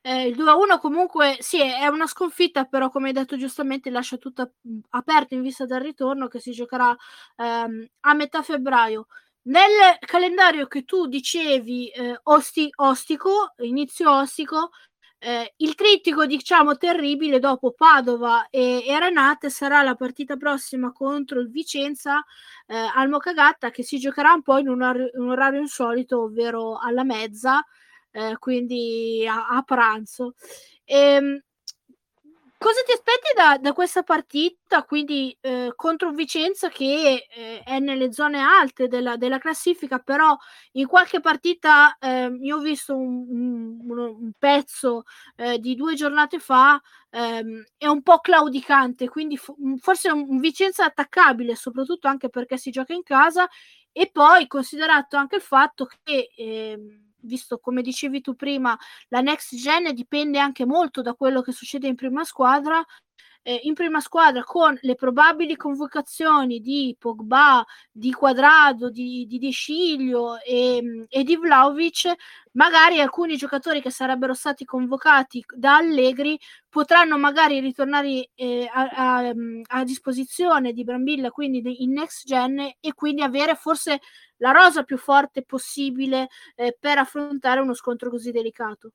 Eh, il due a uno comunque sì, è una sconfitta, però come hai detto giustamente lascia tutto aperto in vista del ritorno che si giocherà ehm, a metà febbraio. Nel calendario che tu dicevi eh, osti- ostico, inizio ostico, eh, il trittico diciamo terribile dopo Padova e, e Renate sarà la partita prossima contro il Vicenza eh, al Mocagatta, che si giocherà un po' in un orario, un orario insolito, ovvero alla mezza, eh, quindi a, a pranzo. Ehm, cosa ti aspetti da, da questa partita, quindi eh, contro Vicenza che eh, è nelle zone alte della, della classifica, però in qualche partita eh, io ho visto un, un, un pezzo eh, di due giornate fa, ehm, è un po' claudicante, quindi fo- forse un, un Vicenza attaccabile, soprattutto anche perché si gioca in casa, e poi considerato anche il fatto che ehm, visto come dicevi tu prima, la next gen dipende anche molto da quello che succede in prima squadra. Eh, in prima squadra con le probabili convocazioni di Pogba, di Quadrado, di, di De Sciglio e, e di Vlahovic, magari alcuni giocatori che sarebbero stati convocati da Allegri potranno magari ritornare eh, a, a, a disposizione di Brambilla, quindi in next gen, e quindi avere forse la rosa più forte possibile eh, per affrontare uno scontro così delicato.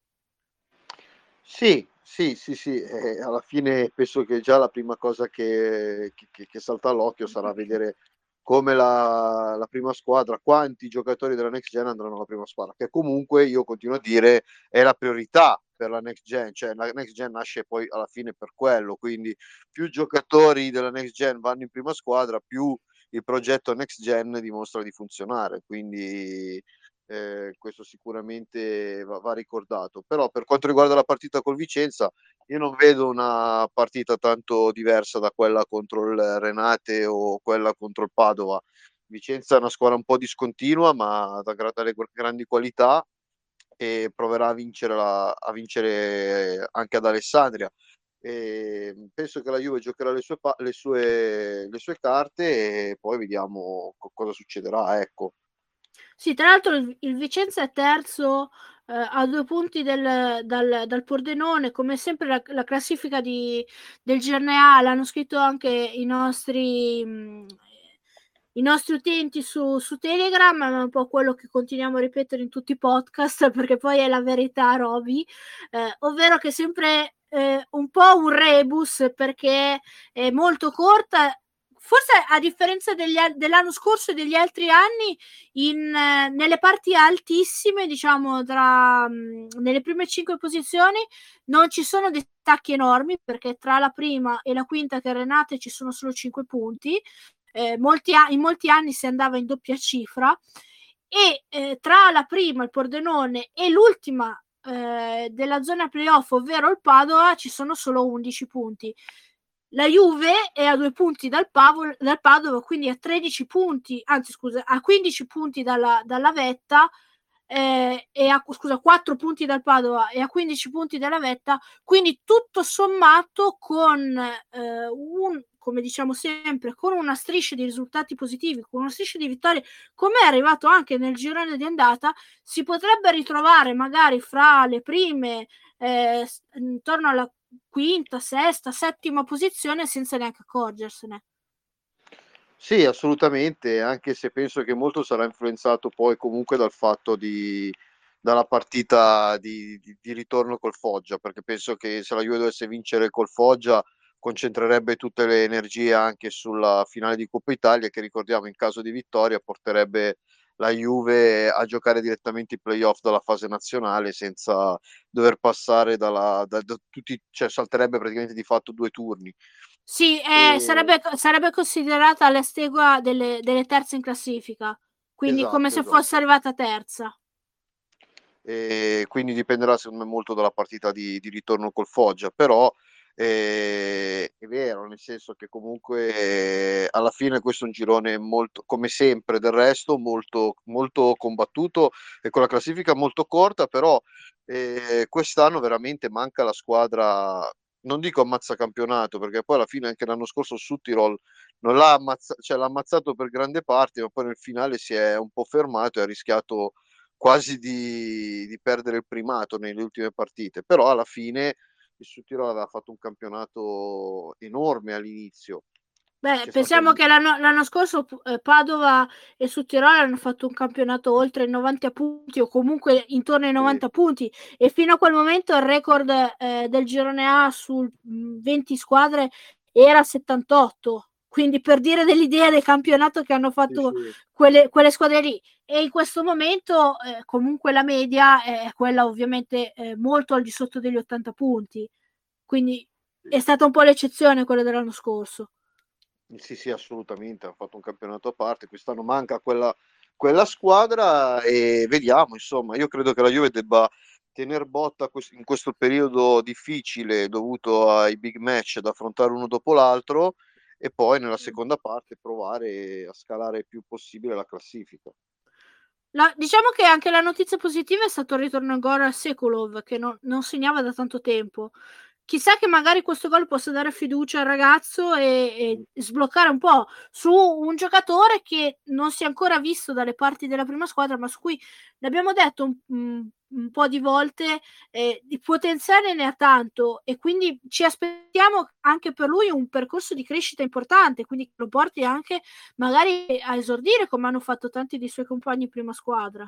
Sì, sì, sì, sì, eh, alla fine penso che già la prima cosa che, che, che salta all'occhio sarà vedere come la, la prima squadra, quanti giocatori della next gen andranno alla prima squadra, che comunque io continuo a dire è la priorità per la next gen, cioè la next gen nasce poi alla fine per quello, quindi più giocatori della next gen vanno in prima squadra, più il progetto next gen dimostra di funzionare, quindi eh, questo sicuramente va, va ricordato. Però per quanto riguarda la partita col Vicenza, io non vedo una partita tanto diversa da quella contro il Renate o quella contro il Padova. Vicenza è una squadra un po' discontinua, ma da, dalle grandi qualità, e proverà a vincere, la, a vincere anche ad Alessandria. E penso che la Juve giocherà le sue, le sue, le sue carte e poi vediamo cosa succederà. Ecco. Sì, tra l'altro il, il Vicenza è terzo eh, a due punti del, dal, dal Pordenone, come sempre la, la classifica di, del G N A l'hanno scritto anche i nostri, mh, i nostri utenti su, su Telegram, ma è un po' quello che continuiamo a ripetere in tutti i podcast, perché poi è la verità, Roby, eh, ovvero che sempre eh, un po' un rebus, perché è molto corta. Forse a differenza degli, dell'anno scorso e degli altri anni, in, eh, nelle parti altissime, diciamo, tra, mh, nelle prime cinque posizioni, non ci sono distacchi enormi, perché tra la prima e la quinta che è Renate ci sono solo cinque punti. Eh, molti a- in molti anni si andava in doppia cifra, e eh, tra la prima, il Pordenone, e l'ultima eh, della zona playoff, ovvero il Padova, ci sono solo undici punti. La Juve è a due punti dal, Pavo, dal Padova, quindi a tredici punti, anzi scusa, a quindici punti dalla, dalla Vetta, eh, e a scusa, quattro punti dal Padova e a quindici punti dalla Vetta, quindi tutto sommato con eh, un, come diciamo sempre, con una striscia di risultati positivi, con una striscia di vittorie, come è arrivato anche nel girone di andata, si potrebbe ritrovare magari fra le prime, eh, intorno alla quinta, sesta, settima posizione senza neanche accorgersene. Sì, assolutamente, anche se penso che molto sarà influenzato poi comunque dal fatto di dalla partita di, di, di ritorno col Foggia, perché penso che se la Juve dovesse vincere col Foggia concentrerebbe tutte le energie anche sulla finale di Coppa Italia, che ricordiamo in caso di vittoria porterebbe la Juve a giocare direttamente i playoff dalla fase nazionale senza dover passare dalla, da, da tutti, cioè salterebbe praticamente di fatto due turni. Sì, eh, E... sarebbe, sarebbe considerata la stegua delle, delle terze in classifica, quindi come Esatto, se fosse esatto. arrivata terza. E quindi dipenderà secondo me molto dalla partita di, di ritorno col Foggia, però eh, è vero, nel senso che comunque eh, alla fine questo è un girone molto, come sempre del resto, molto, molto combattuto e con la classifica molto corta, però eh, quest'anno veramente manca la squadra, non dico ammazza campionato, perché poi alla fine anche l'anno scorso su Tirol non l'ha ammazzato, cioè l'ha ammazzato per grande parte, ma poi nel finale si è un po' fermato e ha rischiato quasi di, di perdere il primato nelle ultime partite, però alla fine il Südtirol aveva fatto un campionato enorme all'inizio. Beh, C'è pensiamo stato... che l'anno, l'anno scorso eh, Padova e Südtirol hanno fatto un campionato oltre i novanta punti o comunque intorno ai novanta punti, e fino a quel momento il record eh, del girone A su venti squadre era settantotto, quindi per dire dell'idea del campionato che hanno fatto Sì, sì. quelle, quelle squadre lì. E in questo momento eh, comunque la media è quella ovviamente eh, molto al di sotto degli ottanta punti, quindi è stata un po' l'eccezione quella dell'anno scorso. Sì, sì, assolutamente, hanno fatto un campionato a parte, quest'anno manca quella, quella squadra e vediamo, insomma, io credo che la Juve debba tener botta in questo periodo difficile dovuto ai big match da affrontare uno dopo l'altro e poi nella seconda parte provare a scalare il più possibile la classifica. La, diciamo che anche la notizia positiva è stato il ritorno in gol a Sekulov, che non, non segnava da tanto tempo. Chissà che magari questo gol possa dare fiducia al ragazzo e, e sbloccare un po' su un giocatore che non si è ancora visto dalle parti della prima squadra, ma su cui l'abbiamo detto un, un, un po' di volte, eh, di potenziale ne ha tanto, e quindi ci aspettiamo anche per lui un percorso di crescita importante, quindi lo porti anche magari a esordire come hanno fatto tanti dei suoi compagni in prima squadra.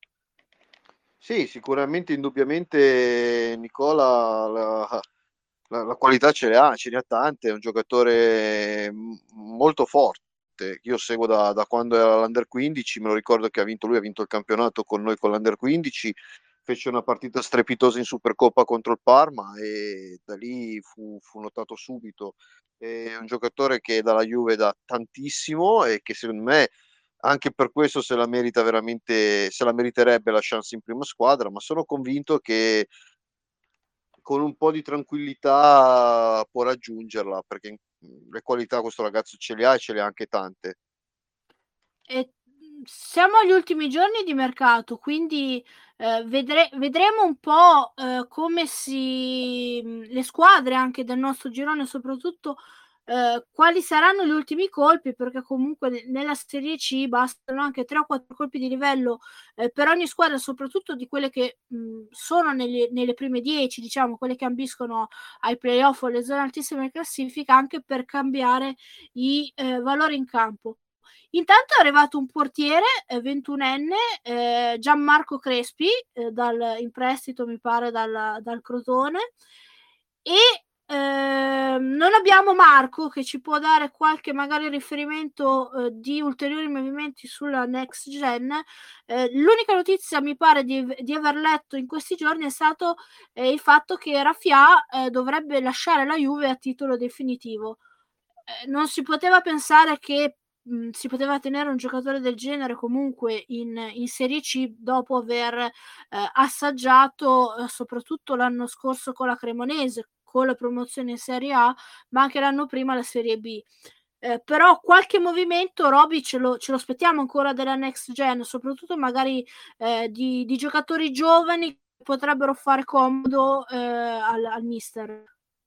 Sì, sicuramente, indubbiamente Nicola la, la, la qualità ce le ha, ce ne ha tante, è un giocatore m- molto forte. Io seguo da, da quando era l'Under quindici, me lo ricordo che ha vinto lui, ha vinto il campionato con noi con l'Under quindici, fece una partita strepitosa in Supercoppa contro il Parma e da lì fu, fu notato subito. È un giocatore che dalla Juve dà tantissimo e che secondo me anche per questo se la merita veramente, se la meriterebbe la chance in prima squadra, ma sono convinto che con un po' di tranquillità può raggiungerla, perché le qualità questo ragazzo ce le ha e ce le ha anche tante. E siamo agli ultimi giorni di mercato, quindi eh, vedre- vedremo un po' eh, come si le squadre anche del nostro girone soprattutto eh, quali saranno gli ultimi colpi, perché comunque nella Serie C bastano anche tre o quattro colpi di livello eh, per ogni squadra, soprattutto di quelle che mh, sono negli, nelle prime dieci, diciamo quelle che ambiscono ai playoff o alle zone altissime di classifica, anche per cambiare i eh, valori in campo. Intanto è arrivato un portiere eh, ventunenne, eh, Gianmarco Crespi, eh, dal, in prestito mi pare dal, dal Crotone, e eh, non abbiamo Marco che ci può dare qualche magari riferimento eh, di ulteriori movimenti sulla next gen. Eh, l'unica notizia mi pare di, di aver letto in questi giorni è stato eh, il fatto che Rafià eh, dovrebbe lasciare la Juve a titolo definitivo. Eh, non si poteva pensare che mh, si poteva tenere un giocatore del genere comunque in, in Serie C dopo aver eh, assaggiato eh, soprattutto l'anno scorso con la Cremonese, con la promozione in Serie A, ma anche l'anno prima la Serie B. Eh, però qualche movimento, Roby, ce lo, ce lo aspettiamo ancora della next gen, soprattutto magari eh, di, di giocatori giovani che potrebbero fare comodo eh, al, al mister.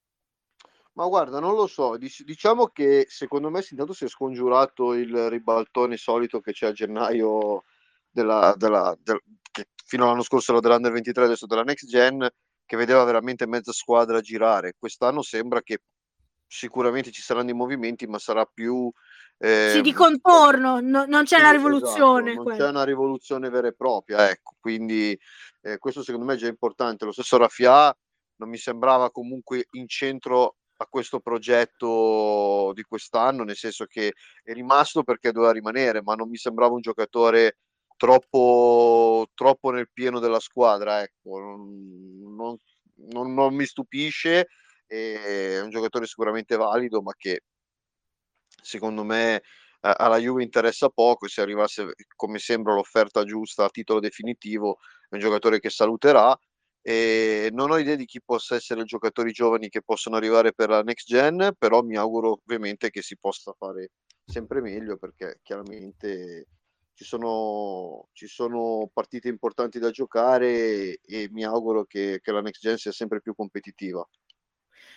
Ma guarda, non lo so, Dic- diciamo che secondo me intanto si è scongiurato il ribaltone solito che c'è a gennaio della, della- del- che fino all'anno scorso era dell'Under ventitré, adesso della Next Gen, che vedeva veramente mezza squadra girare. Quest'anno sembra che sicuramente ci saranno dei movimenti, ma sarà più... Sì, di ehm, contorno, no, non c'è sì, la esatto, rivoluzione. non c'è Quella. una rivoluzione vera e propria, ecco, quindi eh, questo secondo me è già importante. Lo stesso Rafià non mi sembrava comunque in centro a questo progetto di quest'anno, nel senso che è rimasto perché doveva rimanere, ma non mi sembrava un giocatore troppo, troppo nel pieno della squadra, ecco, non, non- non- non mi stupisce, è un giocatore sicuramente valido, ma che secondo me a- alla Juve interessa poco. Se arrivasse, come sembra, l'offerta giusta a titolo definitivo, è un giocatore che saluterà. E non ho idea di chi possa essere i giocatori giovani che possono arrivare per la next gen, però mi auguro ovviamente che si possa fare sempre meglio perché chiaramente ci sono, ci sono partite importanti da giocare e, e mi auguro che, che la next gen sia sempre più competitiva.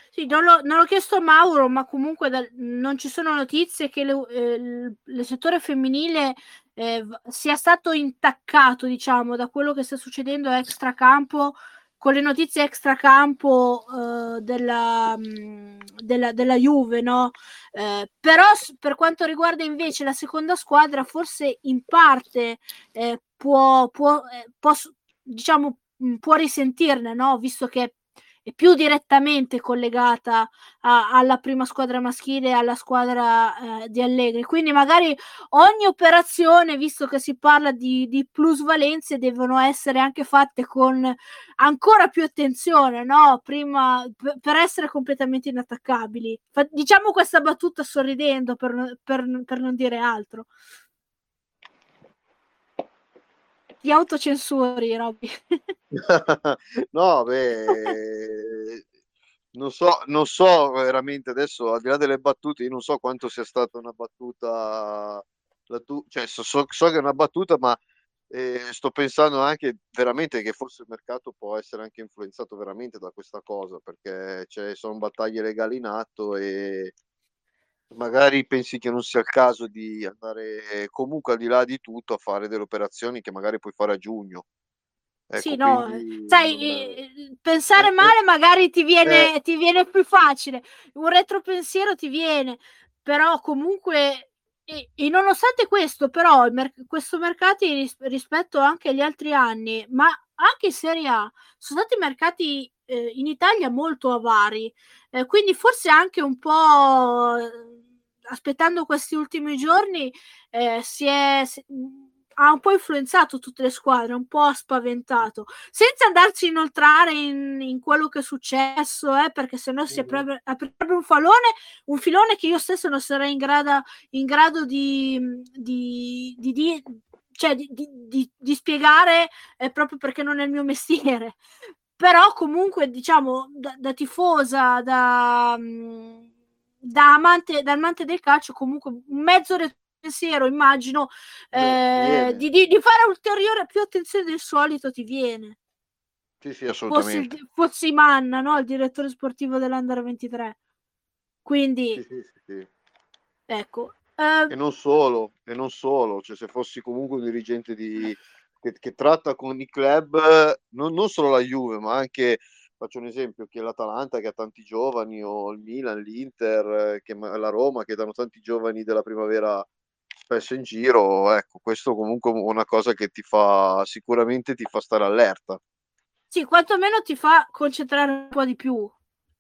Sì, non, l'ho, non l'ho chiesto a Mauro, ma comunque da, non ci sono notizie che le, eh, il, il settore femminile eh, sia stato intaccato, diciamo, da quello che sta succedendo a extracampo, con le notizie extracampo eh, della, mh, della, della Juve, no? Eh, però per quanto riguarda invece la seconda squadra, forse in parte eh, può, può, eh, può, diciamo, può risentirne, no? Visto che è più direttamente collegata a, alla prima squadra maschile e alla squadra eh, di Allegri, quindi magari ogni operazione, visto che si parla di, di plusvalenze, devono essere anche fatte con ancora più attenzione, no? Prima, per, per essere completamente inattaccabili. Fa, diciamo questa battuta sorridendo per, per, per non dire altro. Ti autocensuri, Robby. No, beh, non so, non so veramente adesso, al di là delle battute, io non so quanto sia stata una battuta, la tu, cioè so, so, so che è una battuta, ma eh, sto pensando anche veramente che forse il mercato può essere anche influenzato veramente da questa cosa, perché cioè, sono battaglie legali in atto e magari pensi che non sia il caso di andare comunque al di là di tutto a fare delle operazioni che magari puoi fare a giugno. Sì, Ecco, no, quindi sai, eh, pensare eh, eh, male magari ti eh, viene, ti viene più facile, un retropensiero ti viene, però comunque, e, e nonostante questo, però, il mer- questo mercati ris- rispetto anche agli altri anni, ma anche in Serie A, sono stati mercati eh, in Italia molto avari, eh, quindi forse anche un po', eh, aspettando questi ultimi giorni, eh, si è... Si, ha un po' influenzato tutte le squadre, un po' spaventato, senza andarci a inoltrare in, in quello che è successo, eh, perché sennò si aprirebbe, aprirebbe un falone, un filone che io stesso non sarei in grado, in grado di, di, di, di, cioè di, di, di spiegare, eh, proprio perché non è il mio mestiere. Però comunque, diciamo, da, da tifosa, da, da, amante, da amante del calcio, comunque un mezzo pensiero, immagino, eh, di, di, di fare ulteriore più attenzione del solito ti viene. Sì, sì, assolutamente. Fossi, fossi Manna, no? Il direttore sportivo dell'Under ventitré. Quindi, sì, sì, sì, sì. ecco. Eh, e non solo, e non solo, cioè se fossi comunque un dirigente di, che, che tratta con i club, non, non solo la Juve, ma anche, faccio un esempio, che l'Atalanta che ha tanti giovani, o il Milan, l'Inter, che, la Roma che danno tanti giovani della primavera spesso in giro, ecco, questo comunque è una cosa che ti fa, sicuramente ti fa stare allerta. Sì, quantomeno ti fa concentrare un po' di più.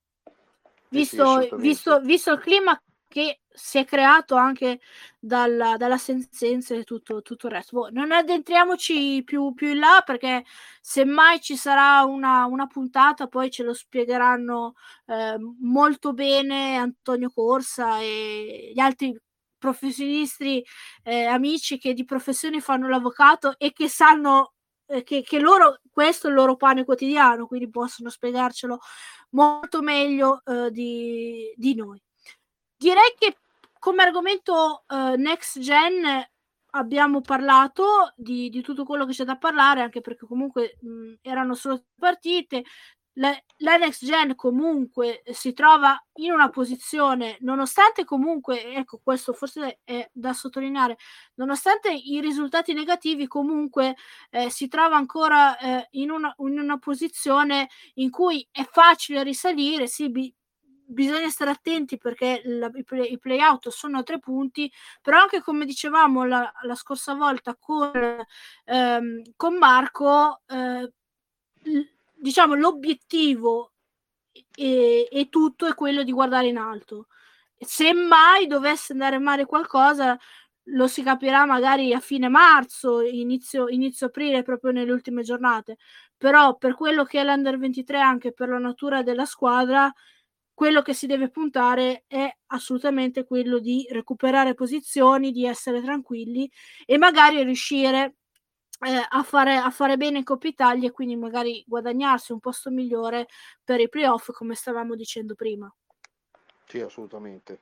Visto, sì, sì, visto, visto il clima che si è creato anche dalla, dalla sentenza e tutto, tutto il resto. Boh, non addentriamoci più, più in là, perché semmai ci sarà una, una puntata, poi ce lo spiegheranno eh, molto bene Antonio Corsa e gli altri professionisti, eh, amici che di professione fanno l'avvocato e che sanno eh, che, che loro, questo è il loro pane quotidiano, quindi possono spiegarcelo molto meglio eh, di, di noi. Direi che come argomento eh, next gen abbiamo parlato di, di tutto quello che c'è da parlare, anche perché comunque mh, erano solo partite. La, la next gen comunque si trova in una posizione, nonostante comunque, ecco, questo forse è da sottolineare, nonostante i risultati negativi, comunque eh, si trova ancora eh, in, una, in una posizione in cui è facile risalire. Sì, bi- bisogna stare attenti perché la, i, play, i play-out sono tre punti, però anche come dicevamo la, la scorsa volta con, ehm, con Marco, eh, diciamo l'obiettivo e, e tutto è quello di guardare in alto. Se mai dovesse andare male qualcosa, lo si capirà magari a fine marzo, inizio, inizio aprile, proprio nelle ultime giornate. Però per quello che è l'Under ventitré, anche per la natura della squadra, quello che si deve puntare è assolutamente quello di recuperare posizioni, di essere tranquilli e magari riuscire eh, a, fare, a fare bene in Coppa Italia e quindi magari guadagnarsi un posto migliore per i playoff, come stavamo dicendo prima. Sì, assolutamente.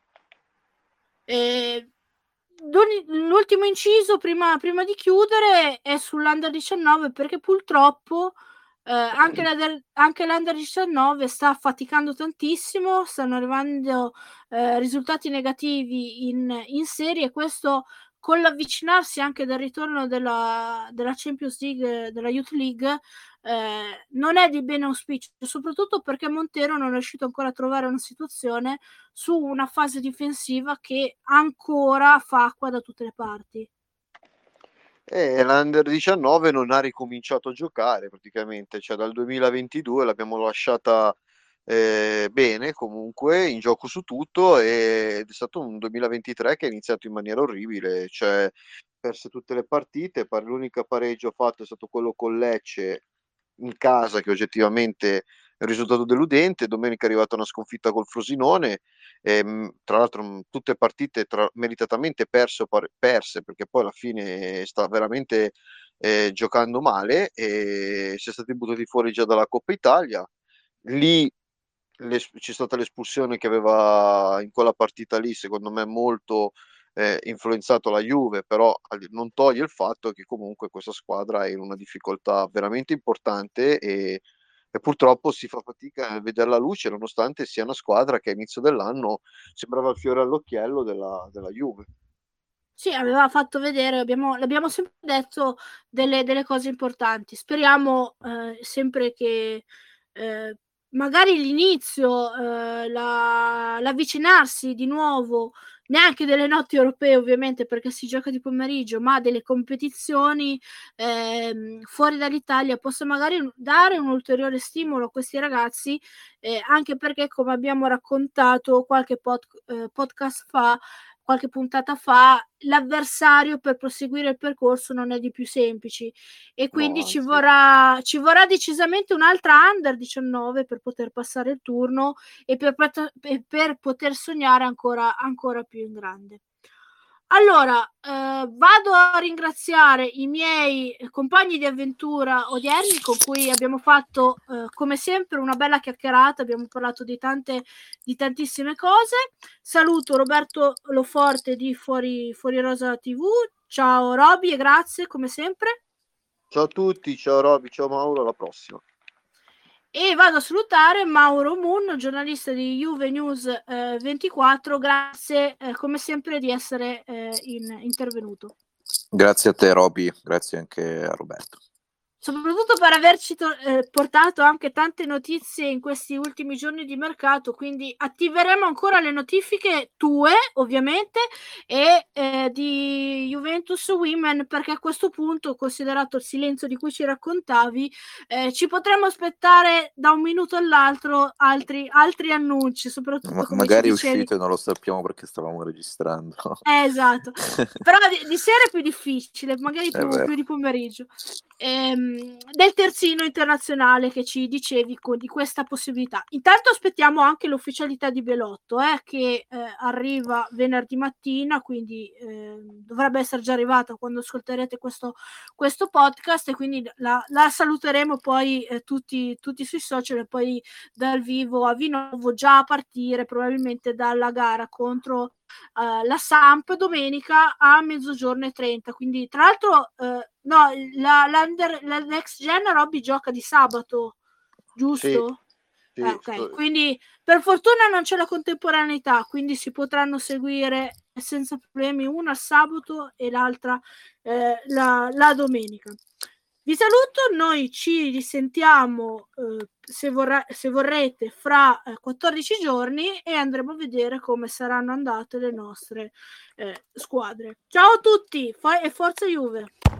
E l'ultimo inciso prima, prima di chiudere è sull'Under diciannove, perché purtroppo Eh, anche, l'Under, anche l'Under diciannove sta faticando tantissimo, stanno arrivando eh, risultati negativi in, in serie, e questo con l'avvicinarsi anche del ritorno della, della Champions League, della Youth League, eh, non è di bene auspicio, soprattutto perché Montero non è riuscito ancora a trovare una situazione su una fase difensiva che ancora fa acqua da tutte le parti. E l'Under diciannove non ha ricominciato a giocare praticamente, cioè dal duemilaventidue l'abbiamo lasciata eh, bene comunque in gioco su tutto, ed è stato un duemilaventitré che è iniziato in maniera orribile, cioè perse tutte le partite, l'unico pareggio fatto è stato quello con Lecce in casa, che oggettivamente è un risultato deludente. Domenica è arrivata una sconfitta col Frosinone, e, tra l'altro tutte partite tra, meritatamente perse, perse, perché poi alla fine sta veramente eh, giocando male, e si è stati buttati fuori già dalla Coppa Italia. Lì c'è stata l'espulsione che aveva in quella partita lì, secondo me molto eh, influenzato la Juve, però non toglie il fatto che comunque questa squadra è in una difficoltà veramente importante, e, e purtroppo si fa fatica a vedere la luce, nonostante sia una squadra che a inizio dell'anno sembrava il fiore all'occhiello della, della Juve. Sì, aveva fatto vedere, abbiamo, l'abbiamo sempre detto, delle, delle cose importanti. Speriamo eh, sempre che eh, magari l'inizio, eh, la, l'avvicinarsi di nuovo, neanche delle notti europee ovviamente perché si gioca di pomeriggio, ma delle competizioni eh, fuori dall'Italia, possa magari dare un ulteriore stimolo a questi ragazzi, eh, anche perché, come abbiamo raccontato qualche pod, eh, podcast fa, qualche puntata fa, l'avversario per proseguire il percorso non è di più semplici, e quindi no, ci vorrà ci vorrà decisamente un'altra Under diciannove per poter passare il turno e per, per, per poter sognare ancora, ancora più in grande. Allora, eh, vado a ringraziare i miei compagni di avventura odierni, con cui abbiamo fatto, eh, come sempre, una bella chiacchierata, abbiamo parlato di tante, di tantissime cose. Saluto Roberto Loforte di Fuori, Fuori Rosa tivù, ciao Roby e grazie, come sempre. Ciao a tutti, ciao Roby, ciao Mauro, alla prossima. E vado a salutare Mauro Moon, giornalista di Juve News eh, ventiquattro, grazie eh, come sempre di essere eh, in, intervenuto. Grazie a te Roby, grazie anche a Roberto. Soprattutto per averci to- eh, portato anche tante notizie in questi ultimi giorni di mercato, quindi attiveremo ancora le notifiche tue ovviamente e eh, di Juventus Women, perché a questo punto, considerato il silenzio di cui ci raccontavi, eh, ci potremmo aspettare da un minuto all'altro altri, altri annunci, soprattutto Ma- come magari ci è dicevi. uscito e non lo sappiamo perché stavamo registrando. Eh, esatto, però di, di sera è più difficile, magari più, vero. più di pomeriggio. Ehm, del terzino internazionale che ci dicevi con, di questa possibilità. Intanto aspettiamo anche l'ufficialità di Belotto, eh, che eh, arriva venerdì mattina, quindi eh, dovrebbe essere già arrivata quando ascolterete questo, questo podcast, e quindi la, la saluteremo poi eh, tutti, tutti sui social, e poi dal vivo a Vinovo, già a partire probabilmente dalla gara contro Uh, la Samp domenica a mezzogiorno e trenta. Quindi tra l'altro uh, no, la, l'under, la next gen Robby gioca di sabato, giusto? Sì, eh, sì, ok, sto... quindi per fortuna non c'è la contemporaneità, quindi si potranno seguire senza problemi una sabato e l'altra eh, la, la domenica. Vi saluto, noi ci risentiamo eh, se, vorrà, se vorrete fra eh, quattordici giorni, e andremo a vedere come saranno andate le nostre eh, squadre. Ciao a tutti, F- e forza Juve!